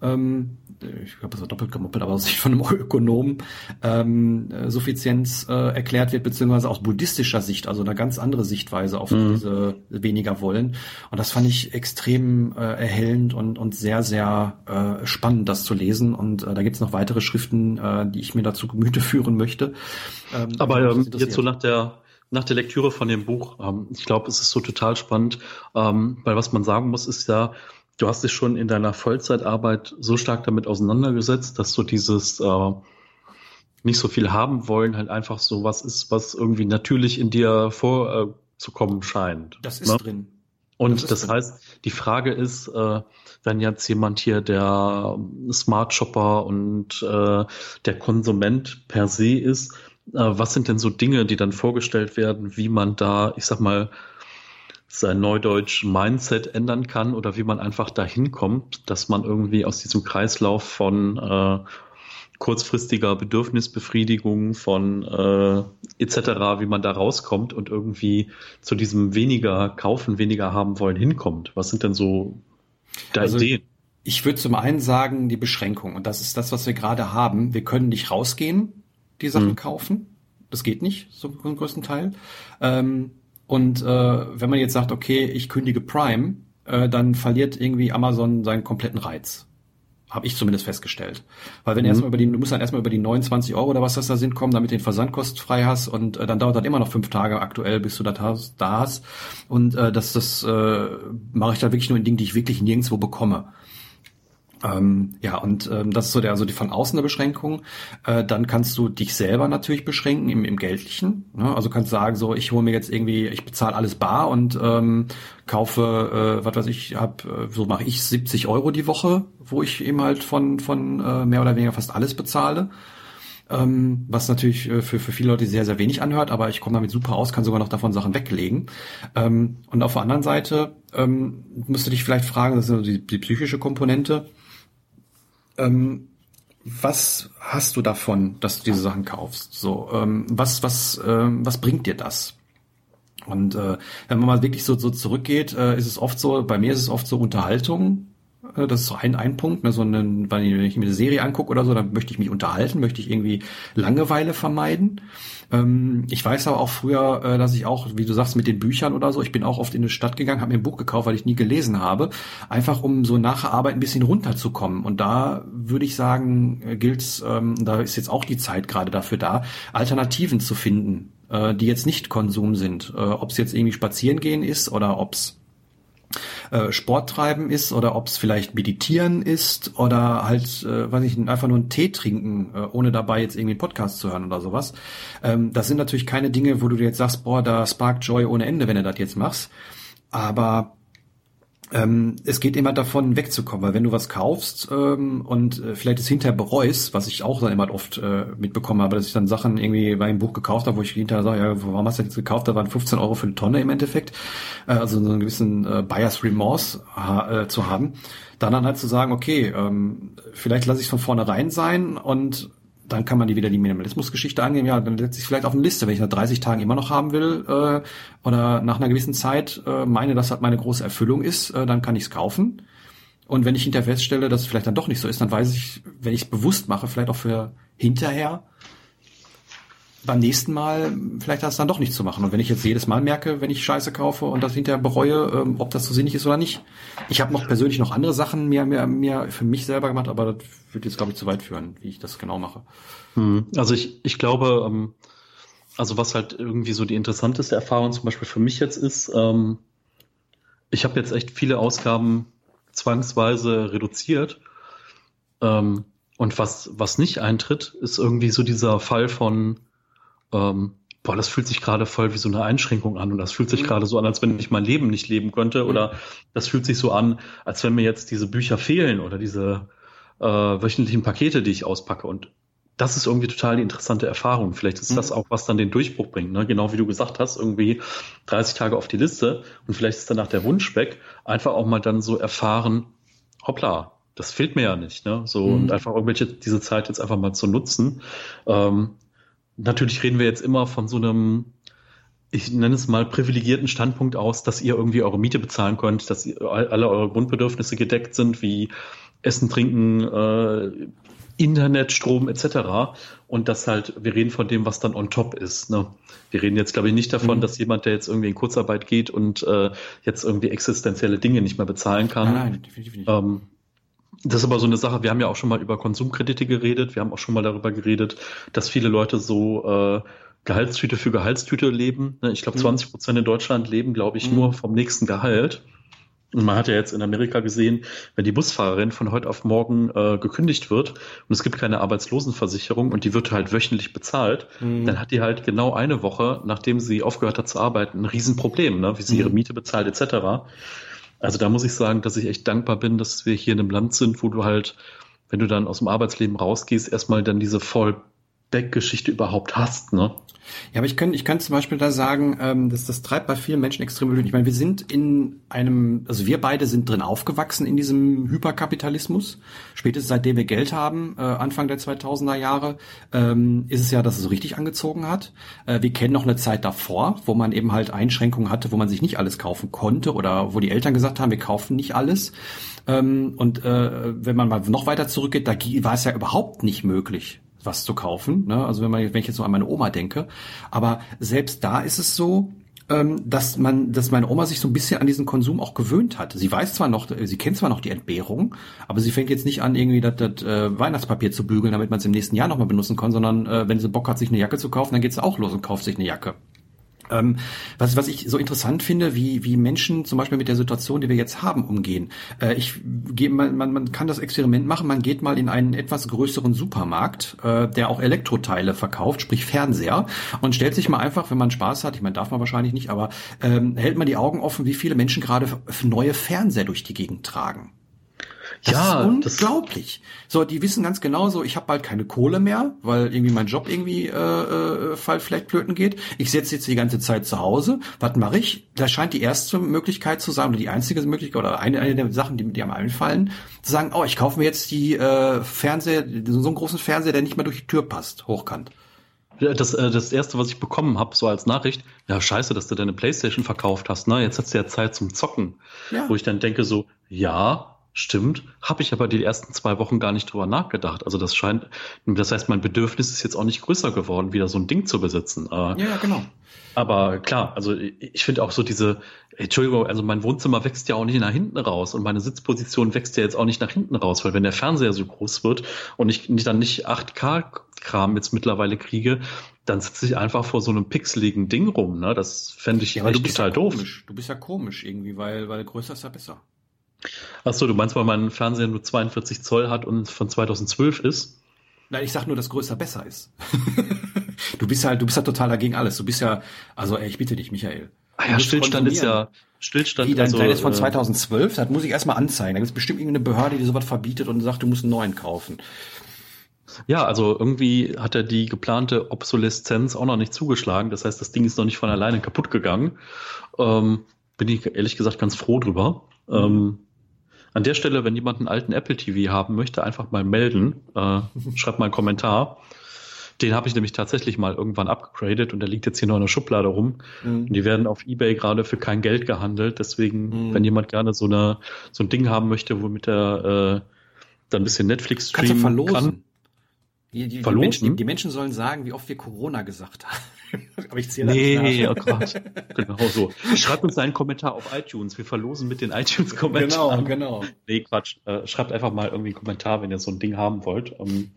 ich glaube, das war doppelt gemoppelt, aber aus Sicht von einem Ökonomen Suffizienz erklärt wird, beziehungsweise aus buddhistischer Sicht, also eine ganz andere Sichtweise auf diese weniger Wollen. Und das fand ich extrem erhellend und sehr, sehr spannend, das zu lesen. Und da gibt's noch weitere Schriften, die ich mir dazu Gemüte führen möchte. Aber jetzt so nach der Lektüre von dem Buch, ich glaube, es ist so total spannend, weil was man sagen muss, ist ja, du hast dich schon in deiner Vollzeitarbeit so stark damit auseinandergesetzt, dass so dieses nicht so viel haben wollen halt einfach so was ist, was irgendwie natürlich in dir vorzukommen scheint. Das ist drin. Und das heißt, die Frage ist, wenn jetzt jemand hier der Smart Shopper und der Konsument per se ist, was sind denn so Dinge, die dann vorgestellt werden, wie man da, ich sag mal, sein neudeutsch Mindset ändern kann oder wie man einfach dahin kommt, dass man irgendwie aus diesem Kreislauf von kurzfristiger Bedürfnisbefriedigung von etc., wie man da rauskommt und irgendwie zu diesem weniger kaufen, weniger haben wollen hinkommt. Was sind denn so da Ideen? Ich würde zum einen sagen, die Beschränkung. Und das ist das, was wir gerade haben. Wir können nicht rausgehen, die Sachen kaufen. Das geht nicht, so zum größten Teil. Und wenn man jetzt sagt, okay, ich kündige Prime, dann verliert irgendwie Amazon seinen kompletten Reiz. Habe ich zumindest festgestellt. Weil wenn du musst dann erstmal über die 29 € oder was das da sind kommen, damit du den Versand kostenfrei hast und dann dauert das immer noch 5 Tage aktuell, bis du das da hast. Und das mache ich dann wirklich nur in Dingen, die ich wirklich nirgendwo bekomme. Das ist so die von außen eine Beschränkung. Dann kannst du dich selber natürlich beschränken im Geldlichen. Ne? Also kannst sagen, so ich hole mir jetzt irgendwie, ich bezahle alles bar und kaufe, so mache ich 70 € die Woche, wo ich eben halt von mehr oder weniger fast alles bezahle. Was natürlich für viele Leute sehr, sehr wenig anhört, aber ich komme damit super aus, kann sogar noch davon Sachen weglegen. Und auf der anderen Seite musst du dich vielleicht fragen, das ist die psychische Komponente, was hast du davon, dass du diese Sachen kaufst? So, was bringt dir das? Und wenn man mal wirklich so zurückgeht, ist es oft so, bei mir ist es oft so Unterhaltung. Das ist so ein Punkt, ne, wenn ich mir eine Serie angucke oder so, dann möchte ich mich unterhalten, möchte ich irgendwie Langeweile vermeiden. Ich weiß aber auch früher, dass ich auch, wie du sagst, mit den Büchern oder so, ich bin auch oft in eine Stadt gegangen, habe mir ein Buch gekauft, weil ich nie gelesen habe, einfach um so nach der Arbeit ein bisschen runterzukommen. Und da würde ich sagen, gilt's, da ist jetzt auch die Zeit gerade dafür da, Alternativen zu finden, die jetzt nicht Konsum sind. Ob es jetzt irgendwie spazieren gehen ist oder ob's Sport treiben ist oder ob es vielleicht meditieren ist oder halt, einfach nur einen Tee trinken, ohne dabei jetzt irgendwie einen Podcast zu hören oder sowas. Das sind natürlich keine Dinge, wo du dir jetzt sagst, boah, da sparkt Joy ohne Ende, wenn du das jetzt machst. Aber es geht immer davon, wegzukommen, weil wenn du was kaufst und vielleicht es hinterher bereust, was ich auch dann immer oft mitbekommen habe, dass ich dann Sachen irgendwie bei einem Buch gekauft habe, wo ich hinterher sage, ja, warum hast du das jetzt gekauft? Da waren 15 € für eine Tonne im Endeffekt. Also so einen gewissen Buyer's Remorse zu haben. Dann halt zu sagen, okay, vielleicht lasse ich es von vornherein sein und dann kann man wieder die Minimalismus-Geschichte angehen. Ja, dann setze ich vielleicht auf eine Liste, wenn ich nach 30 Tagen immer noch haben will oder nach einer gewissen Zeit meine, dass das meine große Erfüllung ist, dann kann ich es kaufen. Und wenn ich hinterher feststelle, dass es vielleicht dann doch nicht so ist, dann weiß ich, wenn ich es bewusst mache, vielleicht auch für hinterher, beim nächsten Mal vielleicht das dann doch nicht zu machen. Und wenn ich jetzt jedes Mal merke, wenn ich Scheiße kaufe und das hinterher bereue, ob das so sinnig ist oder nicht. Ich habe persönlich noch andere Sachen mir für mich selber gemacht, aber das würde jetzt, glaube ich, zu weit führen, wie ich das genau mache. Also ich glaube, also was halt irgendwie so die interessanteste Erfahrung zum Beispiel für mich jetzt ist, ich habe jetzt echt viele Ausgaben zwangsweise reduziert. Und was nicht eintritt, ist irgendwie so dieser Fall von das fühlt sich gerade voll wie so eine Einschränkung an und das fühlt sich gerade so an, als wenn ich mein Leben nicht leben könnte oder das fühlt sich so an, als wenn mir jetzt diese Bücher fehlen oder diese wöchentlichen Pakete, die ich auspacke und das ist irgendwie total die interessante Erfahrung. Vielleicht ist das auch, was dann den Durchbruch bringt, ne? Genau wie du gesagt hast, irgendwie 30 Tage auf die Liste und vielleicht ist danach der Wunsch weg, einfach auch mal dann so erfahren, hoppla, das fehlt mir ja nicht, ne? So, und einfach diese Zeit jetzt einfach mal zu nutzen. Natürlich reden wir jetzt immer von so einem, ich nenne es mal, privilegierten Standpunkt aus, dass ihr irgendwie eure Miete bezahlen könnt, dass alle eure Grundbedürfnisse gedeckt sind, wie Essen, Trinken, Internet, Strom etc. Und das halt, wir reden von dem, was dann on top ist. Ne? Wir reden jetzt, glaube ich, nicht davon, dass jemand, der jetzt irgendwie in Kurzarbeit geht und jetzt irgendwie existenzielle Dinge nicht mehr bezahlen kann. Nein, definitiv nicht. Das ist aber so eine Sache, wir haben ja auch schon mal über Konsumkredite geredet, wir haben auch schon mal darüber geredet, dass viele Leute so Gehaltstüte für Gehaltstüte leben. Ich glaube, 20% in Deutschland leben, glaube ich, nur vom nächsten Gehalt. Und man hat ja jetzt in Amerika gesehen, wenn die Busfahrerin von heute auf morgen gekündigt wird und es gibt keine Arbeitslosenversicherung und die wird halt wöchentlich bezahlt, dann hat die halt genau eine Woche, nachdem sie aufgehört hat zu arbeiten, ein Riesenproblem, ne? Wie sie ihre Miete bezahlt etc. Also da muss ich sagen, dass ich echt dankbar bin, dass wir hier in einem Land sind, wo du halt, wenn du dann aus dem Arbeitsleben rausgehst, erstmal dann diese Fallback-Geschichte überhaupt hast, ne? Ja, aber ich kann zum Beispiel da sagen, dass das treibt bei vielen Menschen extrem blöd. Ich meine, wir sind in einem, also wir beide sind drin aufgewachsen in diesem Hyperkapitalismus. Spätestens seitdem wir Geld haben, Anfang der 2000er Jahre, ist es ja, dass es so richtig angezogen hat. Wir kennen noch eine Zeit davor, wo man eben halt Einschränkungen hatte, wo man sich nicht alles kaufen konnte oder wo die Eltern gesagt haben, wir kaufen nicht alles. Und wenn man mal noch weiter zurückgeht, da war es ja überhaupt nicht möglich, was zu kaufen, ne? Also wenn ich jetzt noch an meine Oma denke, aber selbst da ist es so, dass meine Oma sich so ein bisschen an diesen Konsum auch gewöhnt hat. Sie kennt zwar noch die Entbehrung, aber sie fängt jetzt nicht an, irgendwie das Weihnachtspapier zu bügeln, damit man es im nächsten Jahr nochmal benutzen kann, sondern wenn sie Bock hat, sich eine Jacke zu kaufen, dann geht sie auch los und kauft sich eine Jacke. Was ich so interessant finde, wie Menschen zum Beispiel mit der Situation, die wir jetzt haben, umgehen. Man kann das Experiment machen, man geht mal in einen etwas größeren Supermarkt, der auch Elektroteile verkauft, sprich Fernseher, und stellt sich mal einfach, wenn man Spaß hat, ich meine, darf man wahrscheinlich nicht, aber hält mal die Augen offen, wie viele Menschen gerade neue Fernseher durch die Gegend tragen. Das ist unglaublich. So, die wissen ganz genau so, ich habe bald keine Kohle mehr, weil irgendwie mein Job irgendwie vielleicht flöten geht. Ich sitze jetzt die ganze Zeit zu Hause. Was mache ich? Da scheint die erste Möglichkeit zu sein, oder die einzige Möglichkeit, oder eine der Sachen, die einem einfallen, zu sagen, ich kaufe mir jetzt die Fernseher, so einen großen Fernseher, der nicht mehr durch die Tür passt, hochkant. Das erste, was ich bekommen habe, so als Nachricht, ja, scheiße, dass du deine Playstation verkauft hast, ne? Jetzt hast du ja Zeit zum Zocken. Ja. Wo ich dann denke so, ja, stimmt, habe ich aber die ersten 2 Wochen gar nicht drüber nachgedacht. Also das heißt, mein Bedürfnis ist jetzt auch nicht größer geworden, wieder so ein Ding zu besitzen. Ja, genau. Aber klar, also ich finde auch so Entschuldigung, also mein Wohnzimmer wächst ja auch nicht nach hinten raus und meine Sitzposition wächst ja jetzt auch nicht nach hinten raus, weil wenn der Fernseher so groß wird und ich dann nicht 8K-Kram jetzt mittlerweile kriege, dann sitze ich einfach vor so einem pixeligen Ding rum, ne? Das fände ich echt total doof. Du bist ja komisch irgendwie, weil größer ist ja besser. Achso, du meinst, weil mein Fernseher nur 42 Zoll hat und von 2012 ist? Nein, ich sag nur, dass größer besser ist. Du bist ja total dagegen alles. Du bist ja, also ich bitte dich, Michael. Stillstand ist ja, Wie, dein ist von 2012? Das muss ich erstmal anzeigen. Da gibt es bestimmt irgendeine Behörde, die sowas verbietet und sagt, du musst einen neuen kaufen. Ja, also irgendwie hat er die geplante Obsoleszenz auch noch nicht zugeschlagen. Das heißt, das Ding ist noch nicht von alleine kaputt gegangen. Bin ich ehrlich gesagt ganz froh drüber. An der Stelle, wenn jemand einen alten Apple TV haben möchte, einfach mal melden. Schreibt mal einen Kommentar. Den habe ich nämlich tatsächlich mal irgendwann abgegradet und der liegt jetzt hier noch in der Schublade rum. Und die werden auf eBay gerade für kein Geld gehandelt. Deswegen, wenn jemand gerne so ein Ding haben möchte, womit er dann ein bisschen Netflix streamen kann. Kannst du verlosen. Die Menschen sollen sagen, wie oft wir Corona gesagt haben. Aber ich zähle oh Gott. Genau so. Schreibt uns einen Kommentar auf iTunes. Wir verlosen mit den iTunes-Kommentaren. Genau. Nee, Quatsch. Schreibt einfach mal irgendwie einen Kommentar, wenn ihr so ein Ding haben wollt.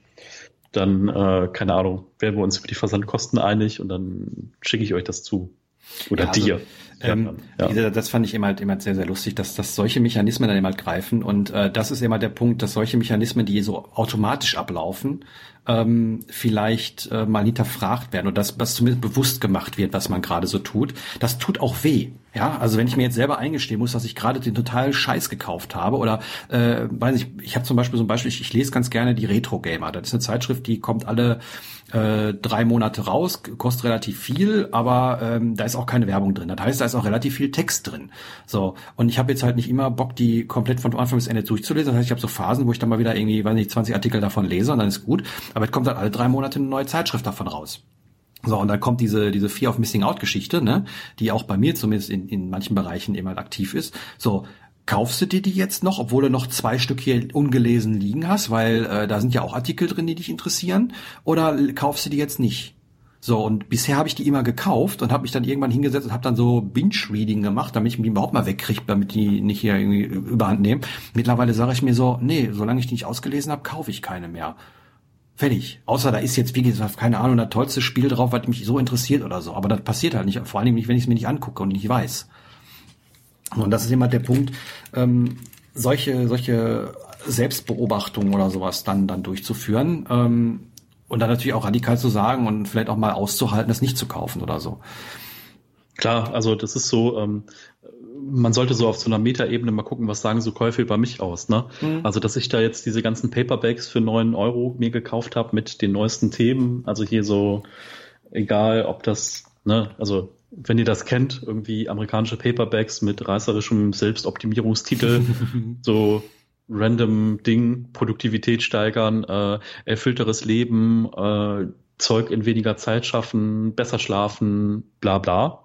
Dann, keine Ahnung, werden wir uns über die Versandkosten einig und dann schicke ich euch das zu. Oder dir. Das fand ich immer sehr, sehr lustig, dass solche Mechanismen dann immer greifen. Und das ist immer der Punkt, dass solche Mechanismen, die so automatisch ablaufen, vielleicht mal hinterfragt werden und das, was zumindest bewusst gemacht wird, was man gerade so tut. Das tut auch weh. Ja, also wenn ich mir jetzt selber eingestehen muss, dass ich gerade den totalen Scheiß gekauft habe oder ich habe zum Beispiel ich lese ganz gerne die Retro Gamer. Das ist eine Zeitschrift, die kommt alle 3 Monate raus, kostet relativ viel, aber da ist auch keine Werbung drin. Das heißt, da ist auch relativ viel Text drin. So, und ich habe jetzt halt nicht immer Bock, die komplett von Anfang bis Ende durchzulesen. Das heißt, ich habe so Phasen, wo ich dann mal wieder irgendwie, weiß nicht, 20 Artikel davon lese und dann ist gut. Aber es kommt dann alle 3 Monate eine neue Zeitschrift davon raus. So, und dann kommt diese Fear of Missing Out Geschichte, ne, die auch bei mir zumindest in manchen Bereichen immer aktiv ist. So, kaufst du dir die jetzt noch, obwohl du noch 2 Stück hier ungelesen liegen hast, weil da sind ja auch Artikel drin, die dich interessieren, oder kaufst du die jetzt nicht? So, und bisher habe ich die immer gekauft und habe mich dann irgendwann hingesetzt und habe dann so Binge-Reading gemacht, damit ich mich überhaupt mal wegkriege, damit die nicht hier irgendwie überhand nehmen. Mittlerweile sage ich mir so, nee, solange ich die nicht ausgelesen habe, kaufe ich keine mehr. Fertig. Außer da ist jetzt, wie gesagt, keine Ahnung, das tollste Spiel drauf, was mich so interessiert oder so. Aber das passiert halt nicht, vor allem nicht, wenn ich es mir nicht angucke und nicht weiß. Und das ist immer der Punkt, solche Selbstbeobachtungen oder sowas dann durchzuführen und dann natürlich auch radikal zu sagen und vielleicht auch mal auszuhalten, das nicht zu kaufen oder so. Klar, also das ist so, man sollte so auf so einer Metaebene mal gucken, was sagen so Käufe über mich aus, ne? Mhm. Also, dass ich da jetzt diese ganzen Paperbacks für 9 € mir gekauft habe mit den neuesten Themen, also hier so, egal ob das, ne, also wenn ihr das kennt, irgendwie amerikanische Paperbacks mit reißerischem Selbstoptimierungstitel, so random Ding, Produktivität steigern, erfüllteres Leben, Zeug in weniger Zeit schaffen, besser schlafen, bla bla.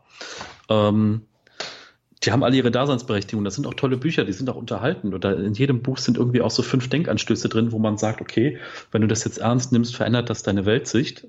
Die haben alle ihre Daseinsberechtigung. Das sind auch tolle Bücher, die sind auch unterhaltend. Oder in jedem Buch sind irgendwie auch so 5 Denkanstöße drin, wo man sagt, okay, wenn du das jetzt ernst nimmst, verändert das deine Weltsicht.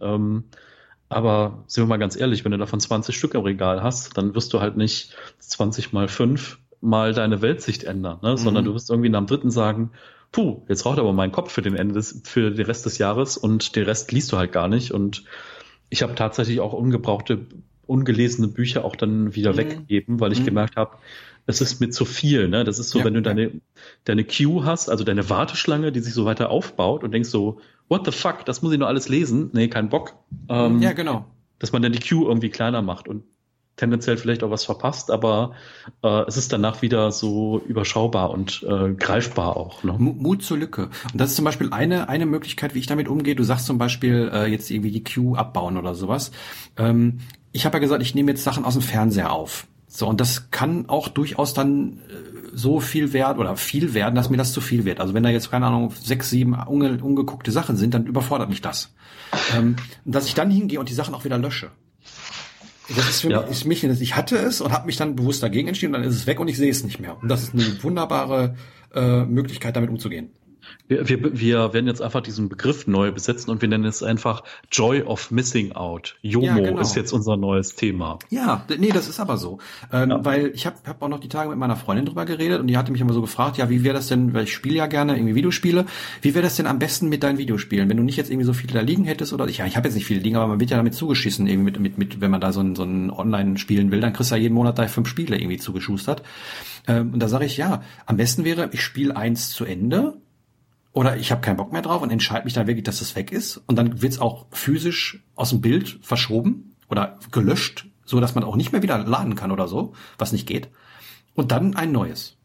Aber sind wir mal ganz ehrlich, wenn du davon 20 Stück im Regal hast, dann wirst du halt nicht 20 mal 5 mal deine Weltsicht ändern, ne? Sondern du wirst irgendwie nach dem 3. sagen, puh, jetzt raucht aber mein Kopf für den Rest des Jahres und den Rest liest du halt gar nicht. Und ich habe tatsächlich auch ungelesene Bücher auch dann wieder weggegeben, weil ich gemerkt habe, es ist mir zu viel, ne? Das ist so, wenn du deine Queue hast, also deine Warteschlange, die sich so weiter aufbaut und denkst so, what the fuck, das muss ich nur alles lesen? Nee, kein Bock. Ja, genau. Dass man dann die Queue irgendwie kleiner macht und tendenziell vielleicht auch was verpasst, aber es ist danach wieder so überschaubar und greifbar auch. Ne? Mut zur Lücke. Und das ist zum Beispiel eine Möglichkeit, wie ich damit umgehe. Du sagst zum Beispiel jetzt irgendwie die Queue abbauen oder sowas. Ich habe ja gesagt, ich nehme jetzt Sachen aus dem Fernseher auf. So, und das kann auch durchaus dann so viel werden, dass mir das zu viel wird. Also wenn da jetzt, keine Ahnung, 6, 7 ungeguckte Sachen sind, dann überfordert mich das. Dass ich dann hingehe und die Sachen auch wieder lösche. Das ist für mich, ich hatte es und habe mich dann bewusst dagegen entschieden, und dann ist es weg und ich sehe es nicht mehr. Und das ist eine wunderbare Möglichkeit, damit umzugehen. Wir werden jetzt einfach diesen Begriff neu besetzen und wir nennen es einfach Joy of Missing Out. JOMO ist jetzt unser neues Thema. Ja, nee, das ist aber so. Weil ich hab auch noch die Tage mit meiner Freundin drüber geredet und die hatte mich immer so gefragt, ja, wie wäre das denn, weil ich spiele ja gerne irgendwie Videospiele, wie wäre das denn am besten mit deinen Videospielen, wenn du nicht jetzt irgendwie so viele da liegen hättest oder ich habe jetzt nicht viele liegen, aber man wird ja damit zugeschissen, irgendwie mit wenn man da so ein Online spielen will, dann kriegst du ja jeden Monat 5 Spiele irgendwie zugeschustert. Und da sage ich, ja, am besten wäre, ich spiele 1 zu Ende. Oder ich habe keinen Bock mehr drauf und entscheide mich dann wirklich, dass das weg ist. Und dann wird's auch physisch aus dem Bild verschoben oder gelöscht, so dass man auch nicht mehr wieder laden kann oder so, was nicht geht. Und dann ein neues.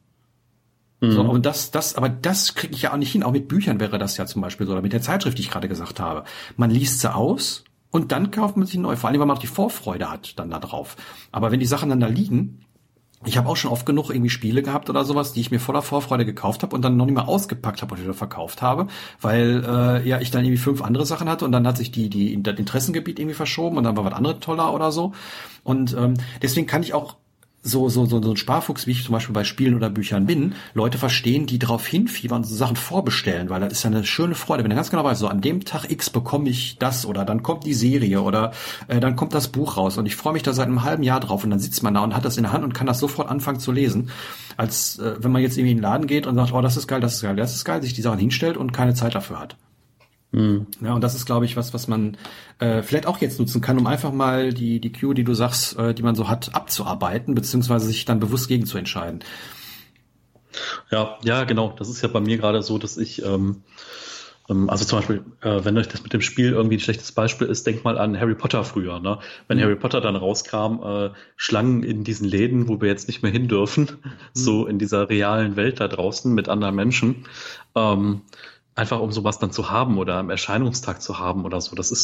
So, und aber das kriege ich ja auch nicht hin. Auch mit Büchern wäre das ja zum Beispiel so, oder mit der Zeitschrift, die ich gerade gesagt habe. Man liest sie aus und dann kauft man sich neu. Vor allem, weil man auch die Vorfreude hat dann da drauf. Aber wenn die Sachen dann da liegen, ich habe auch schon oft genug irgendwie Spiele gehabt oder sowas, die ich mir voller Vorfreude gekauft habe und dann noch nicht mal ausgepackt habe und wieder verkauft habe, weil ich dann irgendwie 5 andere Sachen hatte und dann hat sich das Interessengebiet irgendwie verschoben und dann war was anderes toller oder so. Und deswegen kann ich auch so ein Sparfuchs, wie ich zum Beispiel bei Spielen oder Büchern bin, Leute verstehen, die drauf hinfiebern und so Sachen vorbestellen, weil das ist ja eine schöne Freude, wenn du ganz genau weißt, so an dem Tag X bekomme ich das oder dann kommt die Serie oder dann kommt das Buch raus und ich freue mich da seit einem halben Jahr drauf und dann sitzt man da und hat das in der Hand und kann das sofort anfangen zu lesen, als wenn man jetzt irgendwie in den Laden geht und sagt, oh, das ist geil, sich die Sachen hinstellt und keine Zeit dafür hat. Ja, und das ist, glaube ich, was man vielleicht auch jetzt nutzen kann, um einfach mal die Queue, die du sagst, die man so hat, abzuarbeiten, beziehungsweise sich dann bewusst gegen zu entscheiden. Ja, genau. Das ist ja bei mir gerade so, dass ich, also zum Beispiel, wenn euch das mit dem Spiel irgendwie ein schlechtes Beispiel ist, denkt mal an Harry Potter früher, ne? Wenn Harry Potter dann rauskam, Schlangen in diesen Läden, wo wir jetzt nicht mehr hin dürfen, so in dieser realen Welt da draußen mit anderen Menschen, einfach um sowas dann zu haben oder am Erscheinungstag zu haben oder so. Das ist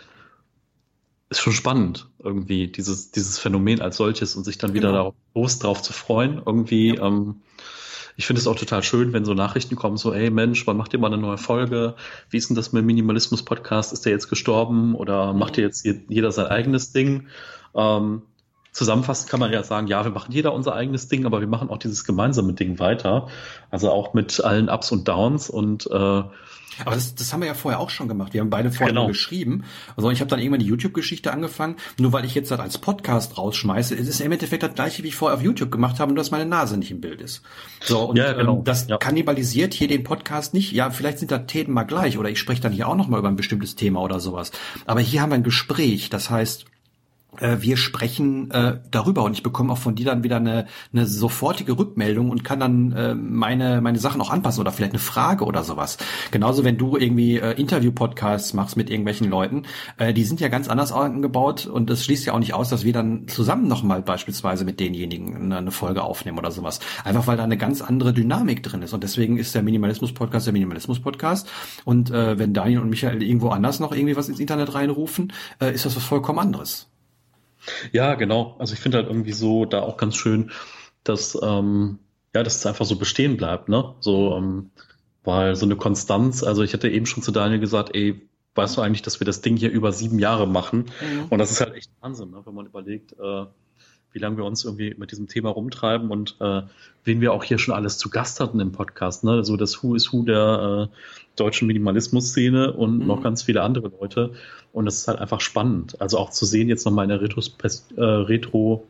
schon spannend irgendwie, dieses Phänomen als solches und sich dann wieder da groß drauf zu freuen. Irgendwie, ich finde es auch total schön, wenn so Nachrichten kommen, so, ey Mensch, wann macht ihr mal eine neue Folge? Wie ist denn das mit dem Minimalismus-Podcast? Ist der jetzt gestorben oder macht ihr jetzt jeder sein eigenes Ding? Zusammenfassend kann man ja sagen, ja, wir machen jeder unser eigenes Ding, aber wir machen auch dieses gemeinsame Ding weiter. Also auch mit allen Ups und Downs und aber das haben wir ja vorher auch schon gemacht. Wir haben beide vorher geschrieben. Also ich habe dann irgendwann die YouTube-Geschichte angefangen. Nur weil ich jetzt das als Podcast rausschmeiße, ist es im Endeffekt das gleiche, wie ich vorher auf YouTube gemacht habe, nur dass meine Nase nicht im Bild ist. So, und das kannibalisiert hier den Podcast nicht. Ja, vielleicht sind da Themen mal gleich oder ich spreche dann hier auch nochmal über ein bestimmtes Thema oder sowas. Aber hier haben wir ein Gespräch. Das heißt, wir sprechen darüber und ich bekomme auch von dir dann wieder eine sofortige Rückmeldung und kann dann meine Sachen auch anpassen oder vielleicht eine Frage oder sowas. Genauso, wenn du irgendwie Interview-Podcasts machst mit irgendwelchen Leuten, die sind ja ganz anders angebaut und das schließt ja auch nicht aus, dass wir dann zusammen nochmal beispielsweise mit denjenigen eine Folge aufnehmen oder sowas. Einfach weil da eine ganz andere Dynamik drin ist und deswegen ist der Minimalismus-Podcast der Minimalismus-Podcast und wenn Daniel und Michael irgendwo anders noch irgendwie was ins Internet reinrufen, ist das was vollkommen anderes. Ja, genau. Also ich finde halt irgendwie so da auch ganz schön, dass dass es einfach so bestehen bleibt, ne? So, weil so eine Konstanz, also ich hatte eben schon zu Daniel gesagt, ey, weißt du eigentlich, dass wir das Ding hier über 7 Jahre machen? Mhm. Und das ist halt echt Wahnsinn, ne? Wenn man überlegt, wie lange wir uns irgendwie mit diesem Thema rumtreiben und wen wir auch hier schon alles zu Gast hatten im Podcast, ne? So das Who is Who der deutschen Minimalismus-Szene und noch ganz viele andere Leute. Und das ist halt einfach spannend. Also auch zu sehen jetzt nochmal in der Retrospektive,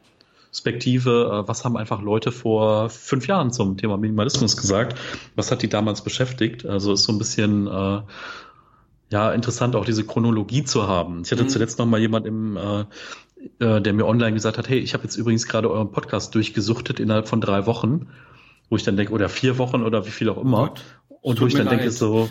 was haben einfach Leute vor 5 Jahren zum Thema Minimalismus gesagt? Was hat die damals beschäftigt? Also ist so ein bisschen interessant, auch diese Chronologie zu haben. Ich hatte zuletzt nochmal jemand der mir online gesagt hat, hey, ich habe jetzt übrigens gerade euren Podcast durchgesuchtet innerhalb von 3 Wochen, wo ich dann denke, oder 4 Wochen oder wie viel auch immer. Und wo ich dann denke, so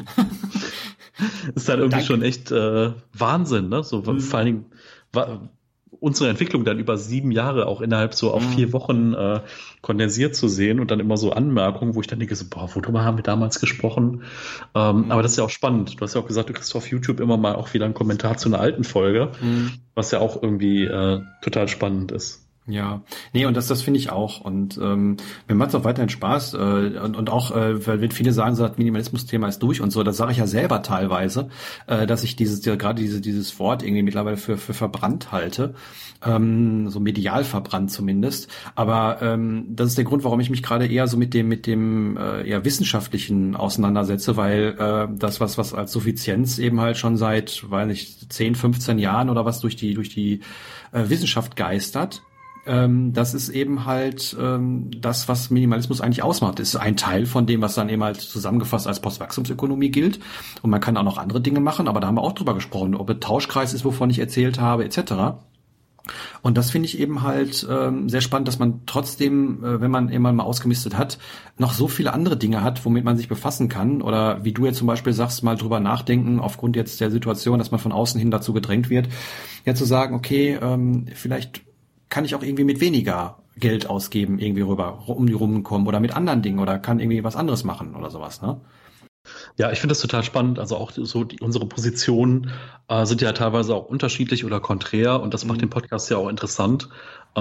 ist dann irgendwie schon echt Wahnsinn, ne? So vor allen Dingen unsere Entwicklung dann über 7 Jahre auch innerhalb so auf 4 Wochen kondensiert zu sehen und dann immer so Anmerkungen, wo ich dann denke, so, worüber haben wir damals gesprochen? Aber das ist ja auch spannend. Du hast ja auch gesagt, du kriegst auf YouTube immer mal auch wieder einen Kommentar zu einer alten Folge, was ja auch irgendwie total spannend ist. Ja, nee, und das finde ich auch. Und mir macht es auch weiterhin Spaß. Und auch, weil wenn viele sagen, so das Minimalismus-Thema ist durch und so, das sage ich ja selber teilweise, dass ich dieses Wort irgendwie mittlerweile für verbrannt halte. So medial verbrannt zumindest. Aber das ist der Grund, warum ich mich gerade eher so mit dem eher wissenschaftlichen auseinandersetze, weil das, was als Suffizienz eben halt schon seit, weiß nicht, 10, 15 Jahren oder was durch die Wissenschaft geistert, das ist eben halt das, was Minimalismus eigentlich ausmacht. Das ist ein Teil von dem, was dann eben halt zusammengefasst als Postwachstumsökonomie gilt. Und man kann auch noch andere Dinge machen, aber da haben wir auch drüber gesprochen, ob ein Tauschkreis ist, wovon ich erzählt habe, etc. Und das finde ich eben halt sehr spannend, dass man trotzdem, wenn man immer mal ausgemistet hat, noch so viele andere Dinge hat, womit man sich befassen kann. Oder wie du jetzt zum Beispiel sagst, mal drüber nachdenken, aufgrund jetzt der Situation, dass man von außen hin dazu gedrängt wird, ja zu sagen, okay, vielleicht kann ich auch irgendwie mit weniger Geld ausgeben, irgendwie um die rumkommen oder mit anderen Dingen oder kann irgendwie was anderes machen oder sowas, ne? Ja, ich finde das total spannend. Also auch so unsere Positionen sind ja teilweise auch unterschiedlich oder konträr und das macht den Podcast ja auch interessant,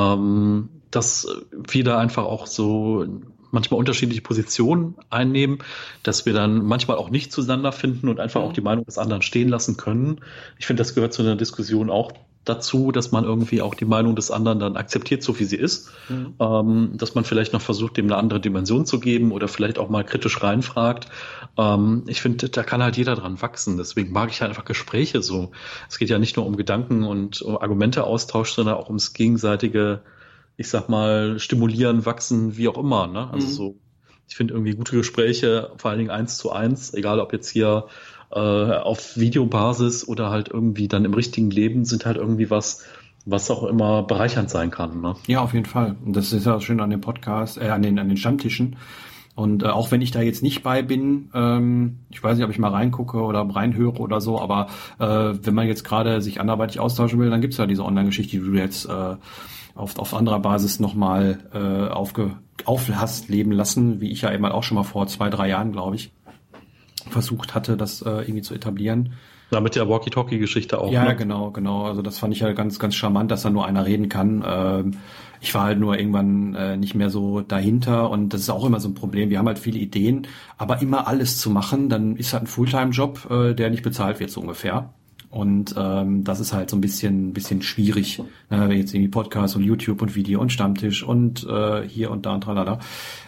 dass wir da einfach auch so manchmal unterschiedliche Positionen einnehmen, dass wir dann manchmal auch nicht zueinander finden und einfach auch die Meinung des anderen stehen lassen können. Ich finde, das gehört zu einer Diskussion auch dazu, dass man irgendwie auch die Meinung des anderen dann akzeptiert, so wie sie ist, dass man vielleicht noch versucht, dem eine andere Dimension zu geben oder vielleicht auch mal kritisch reinfragt. Ich finde, da kann halt jeder dran wachsen. Deswegen mag ich halt einfach Gespräche so. Es geht ja nicht nur um Gedanken und um Argumenteaustausch, sondern auch ums gegenseitige, ich sag mal, stimulieren, wachsen, wie auch immer, ne? Also so, ich finde irgendwie gute Gespräche, vor allen Dingen 1:1, egal ob jetzt hier auf Videobasis oder halt irgendwie dann im richtigen Leben, sind halt irgendwie was auch immer bereichernd sein kann, ne? Ja, auf jeden Fall. Und das ist ja schön an dem Podcast, an den Stammtischen. Und auch wenn ich da jetzt nicht bei bin, ich weiß nicht, ob ich mal reingucke oder reinhöre oder so, aber wenn man jetzt gerade sich anderweitig austauschen will, dann gibt's ja diese Online-Geschichte, die du jetzt auf anderer Basis nochmal hast leben lassen, wie ich ja eben auch schon mal vor 2-3 Jahren, glaube ich. versucht hatte, das irgendwie zu etablieren. Ja, mit der Walkie-Talkie-Geschichte auch. Ja, ne? genau. Also das fand ich ja ganz, ganz charmant, dass da nur einer reden kann. Ich war halt nur irgendwann nicht mehr so dahinter und das ist auch immer so ein Problem. Wir haben halt viele Ideen, aber immer alles zu machen, dann ist halt ein Fulltime-Job, der nicht bezahlt wird, so ungefähr. Und das ist halt so ein bisschen schwierig, ne? Jetzt irgendwie Podcast und YouTube und Video und Stammtisch und hier und da und tralala.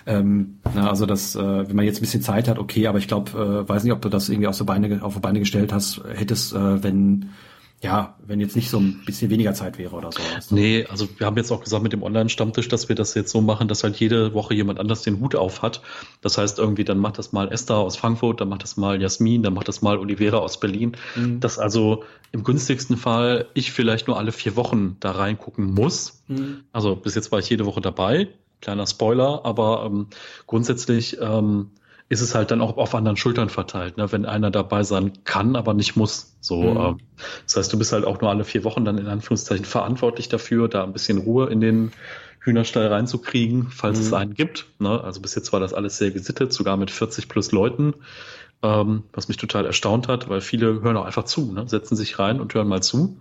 Also das, wenn man jetzt ein bisschen Zeit hat, okay, aber ich glaube, weiß nicht, ob du das irgendwie auf die Beine gestellt hast, hättest, wenn jetzt nicht so ein bisschen weniger Zeit wäre oder so. Nee, also wir haben jetzt auch gesagt mit dem Online-Stammtisch, dass wir das jetzt so machen, dass halt jede Woche jemand anders den Hut auf hat. Das heißt irgendwie, dann macht das mal Esther aus Frankfurt, dann macht das mal Jasmin, dann macht das mal Olivera aus Berlin. Dass also im günstigsten Fall ich vielleicht nur alle 4 Wochen da reingucken muss. Also bis jetzt war ich jede Woche dabei. Kleiner Spoiler, aber grundsätzlich ist es halt dann auch auf anderen Schultern verteilt, ne? Wenn einer dabei sein kann, aber nicht muss. So, das heißt, du bist halt auch nur alle 4 Wochen dann in Anführungszeichen verantwortlich dafür, da ein bisschen Ruhe in den Hühnerstall reinzukriegen, falls es einen gibt. Ne? Also bis jetzt war das alles sehr gesittet, sogar mit 40 plus Leuten, was mich total erstaunt hat, weil viele hören auch einfach zu, ne? Setzen sich rein und hören mal zu.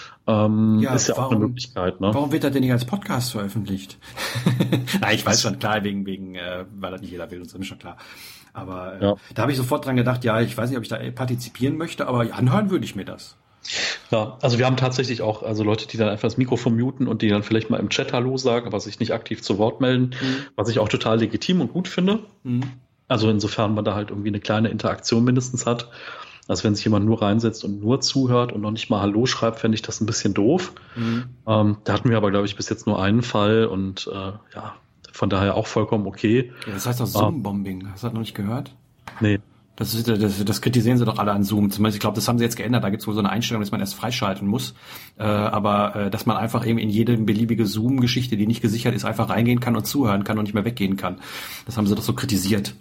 Ist ja auch eine Möglichkeit. Ne? Warum wird das denn nicht als Podcast veröffentlicht? Nein, ich weiß schon, klar, wegen weil das nicht jeder will, und so ist schon klar. Aber da habe ich sofort dran gedacht, ja, ich weiß nicht, ob ich da partizipieren möchte, aber anhören würde ich mir das. Ja, also wir haben tatsächlich auch Leute, die dann einfach das Mikrofon muten und die dann vielleicht mal im Chat Hallo sagen, aber sich nicht aktiv zu Wort melden, was ich auch total legitim und gut finde. Also insofern man da halt irgendwie eine kleine Interaktion mindestens hat. Also wenn sich jemand nur reinsetzt und nur zuhört und noch nicht mal Hallo schreibt, fände ich das ein bisschen doof. Da hatten wir aber, glaube ich, bis jetzt nur einen Fall und von daher auch vollkommen okay. Ja, das heißt doch Zoom-Bombing. Hast du das noch nicht gehört? Nee. Das kritisieren sie doch alle an Zoom. Zumindest, ich glaube, das haben sie jetzt geändert. Da gibt es wohl so eine Einstellung, dass man erst freischalten muss. Aber dass man einfach eben in jede beliebige Zoom-Geschichte, die nicht gesichert ist, einfach reingehen kann und zuhören kann und nicht mehr weggehen kann. Das haben sie doch so kritisiert.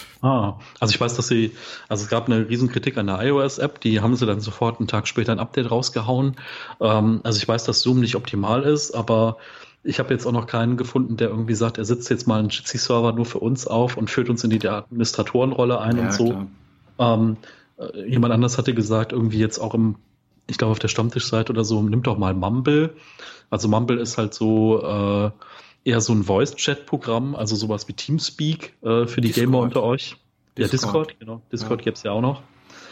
Also ich weiß, es gab eine Riesenkritik an der iOS-App, die haben sie dann sofort einen Tag später ein Update rausgehauen. Also ich weiß, dass Zoom nicht optimal ist, aber ich habe jetzt auch noch keinen gefunden, der irgendwie sagt, er setzt jetzt mal einen Jitsi-Server nur für uns auf und führt uns in die Administratorenrolle ein und so. Jemand anders hatte gesagt, irgendwie jetzt auch ich glaube auf der Stammtischseite oder so, nimmt doch mal Mumble. Also Mumble ist halt so eher so ein Voice-Chat-Programm, also sowas wie Teamspeak für die Discord. Gamer unter euch. Discord. Ja, Discord, genau. Discord gibt's ja auch noch.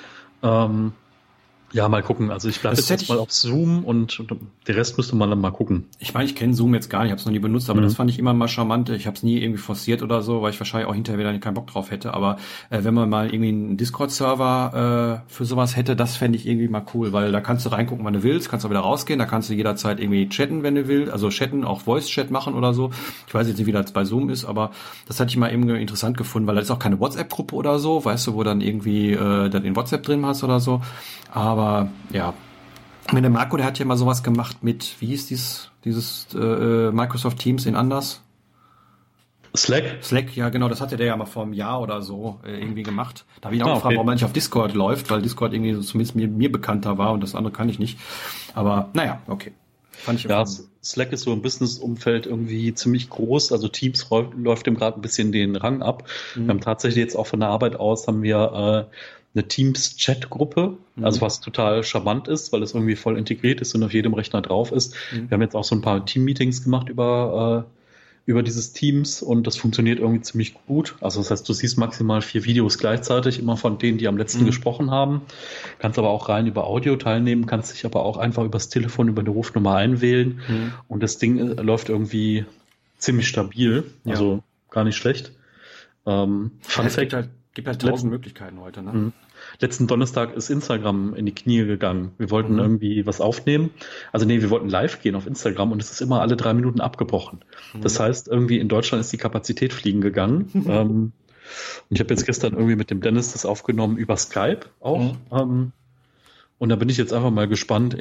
Ja, mal gucken. Also ich bleibe jetzt mal auf Zoom und der Rest müsste man dann mal gucken. Ich meine, ich kenne Zoom jetzt gar nicht, ich habe es noch nie benutzt, aber das fand ich immer mal charmant. Ich habe es nie irgendwie forciert oder so, weil ich wahrscheinlich auch hinterher wieder keinen Bock drauf hätte. Aber wenn man mal irgendwie einen Discord-Server für sowas hätte, das fände ich irgendwie mal cool, weil da kannst du reingucken, wann du willst, kannst auch wieder rausgehen, da kannst du jederzeit irgendwie chatten, wenn du willst, also chatten, auch Voice-Chat machen oder so. Ich weiß jetzt nicht, wie das bei Zoom ist, aber das hatte ich mal eben interessant gefunden, weil da ist auch keine WhatsApp-Gruppe oder so, weißt du, wo dann irgendwie dann in WhatsApp drin hast oder so. Aber ja, der Marco, der hat ja mal sowas gemacht mit, wie hieß dieses Microsoft Teams in anders? Slack, ja genau, das hatte der ja mal vor einem Jahr oder so irgendwie gemacht. Da habe ich ihn auch gefragt, warum er nicht auf Discord läuft, weil Discord irgendwie so zumindest mir bekannter war und das andere kann ich nicht. Aber naja, okay. Fand ich Slack ist so im Business-Umfeld irgendwie ziemlich groß, also Teams läuft dem gerade ein bisschen den Rang ab. Wir haben tatsächlich jetzt auch von der Arbeit aus haben wir eine Teams-Chat-Gruppe, also was total charmant ist, weil es irgendwie voll integriert ist und auf jedem Rechner drauf ist. Wir haben jetzt auch so ein paar Team-Meetings gemacht über dieses Teams und das funktioniert irgendwie ziemlich gut. Also das heißt, du siehst maximal 4 Videos gleichzeitig, immer von denen, die am letzten gesprochen haben. Kannst aber auch rein über Audio teilnehmen, kannst dich aber auch einfach übers Telefon, über eine Rufnummer einwählen und das Ding läuft irgendwie ziemlich stabil, also gar nicht schlecht. Fun Fact, gibt halt 1000 Möglichkeiten heute, ne? Letzten Donnerstag ist Instagram in die Knie gegangen. Wir wollten irgendwie was aufnehmen. Also wir wollten live gehen auf Instagram und es ist immer alle 3 Minuten abgebrochen. Das heißt, irgendwie in Deutschland ist die Kapazität fliegen gegangen. Und ich habe jetzt gestern irgendwie mit dem Dennis das aufgenommen über Skype auch. Und da bin ich jetzt einfach mal gespannt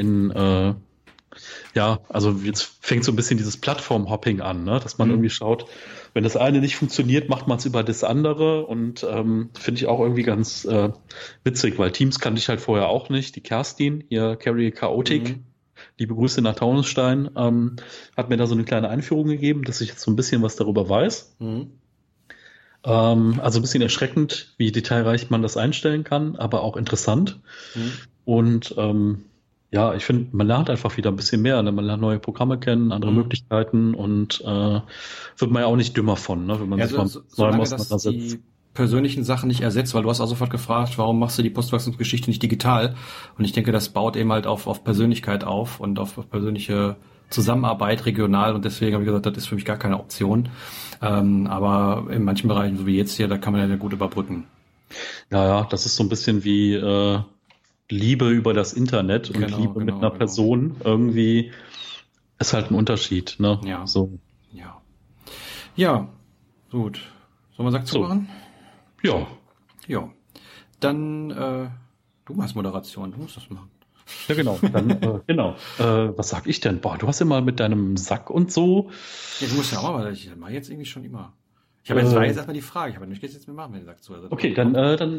also jetzt fängt so ein bisschen dieses Plattform-Hopping an, ne? Dass man irgendwie schaut, wenn das eine nicht funktioniert, macht man es über das andere und finde ich auch irgendwie ganz witzig, weil Teams kannte ich halt vorher auch nicht. Die Kerstin, hier Carry Chaotic, liebe Grüße nach Taunusstein, hat mir da so eine kleine Einführung gegeben, dass ich jetzt so ein bisschen was darüber weiß. Also ein bisschen erschreckend, wie detailreich man das einstellen kann, aber auch interessant. Und ja, ich finde, man lernt einfach wieder ein bisschen mehr. Ne? Man lernt neue Programme kennen, andere Möglichkeiten und wird man ja auch nicht dümmer von, ne? Wenn man sich mal solange das die persönlichen Sachen nicht ersetzt, weil du hast auch sofort gefragt, warum machst du die Postwachstumsgeschichte nicht digital? Und ich denke, das baut eben halt auf Persönlichkeit auf und auf persönliche Zusammenarbeit regional und deswegen habe ich gesagt, das ist für mich gar keine Option. Aber in manchen Bereichen, so wie jetzt hier, da kann man ja gut überbrücken. Ja, das ist so ein bisschen wie Liebe über das Internet und Liebe mit einer Person. Irgendwie ist halt ein Unterschied, ne? Ja. So. Ja, gut. Sollen wir Sack zumachen? Ja. Ja. Dann, du machst Moderation, du musst das machen. Ja, genau. Dann, genau. Was sag ich denn? Boah, du hast ja mal mit deinem Sack und so. Ja, du musst ja auch mal, weil ich mache jetzt irgendwie schon immer. Ich habe jetzt erstmal die Frage, ich habe nicht jetzt mitmachen, wenn du sagst zu. Also, okay, dann,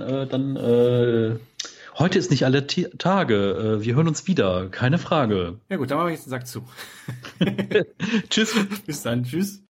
heute ist nicht alle Tage. Wir hören uns wieder, keine Frage. Ja gut, dann machen wir jetzt den Sack zu. Tschüss. Bis dann, tschüss.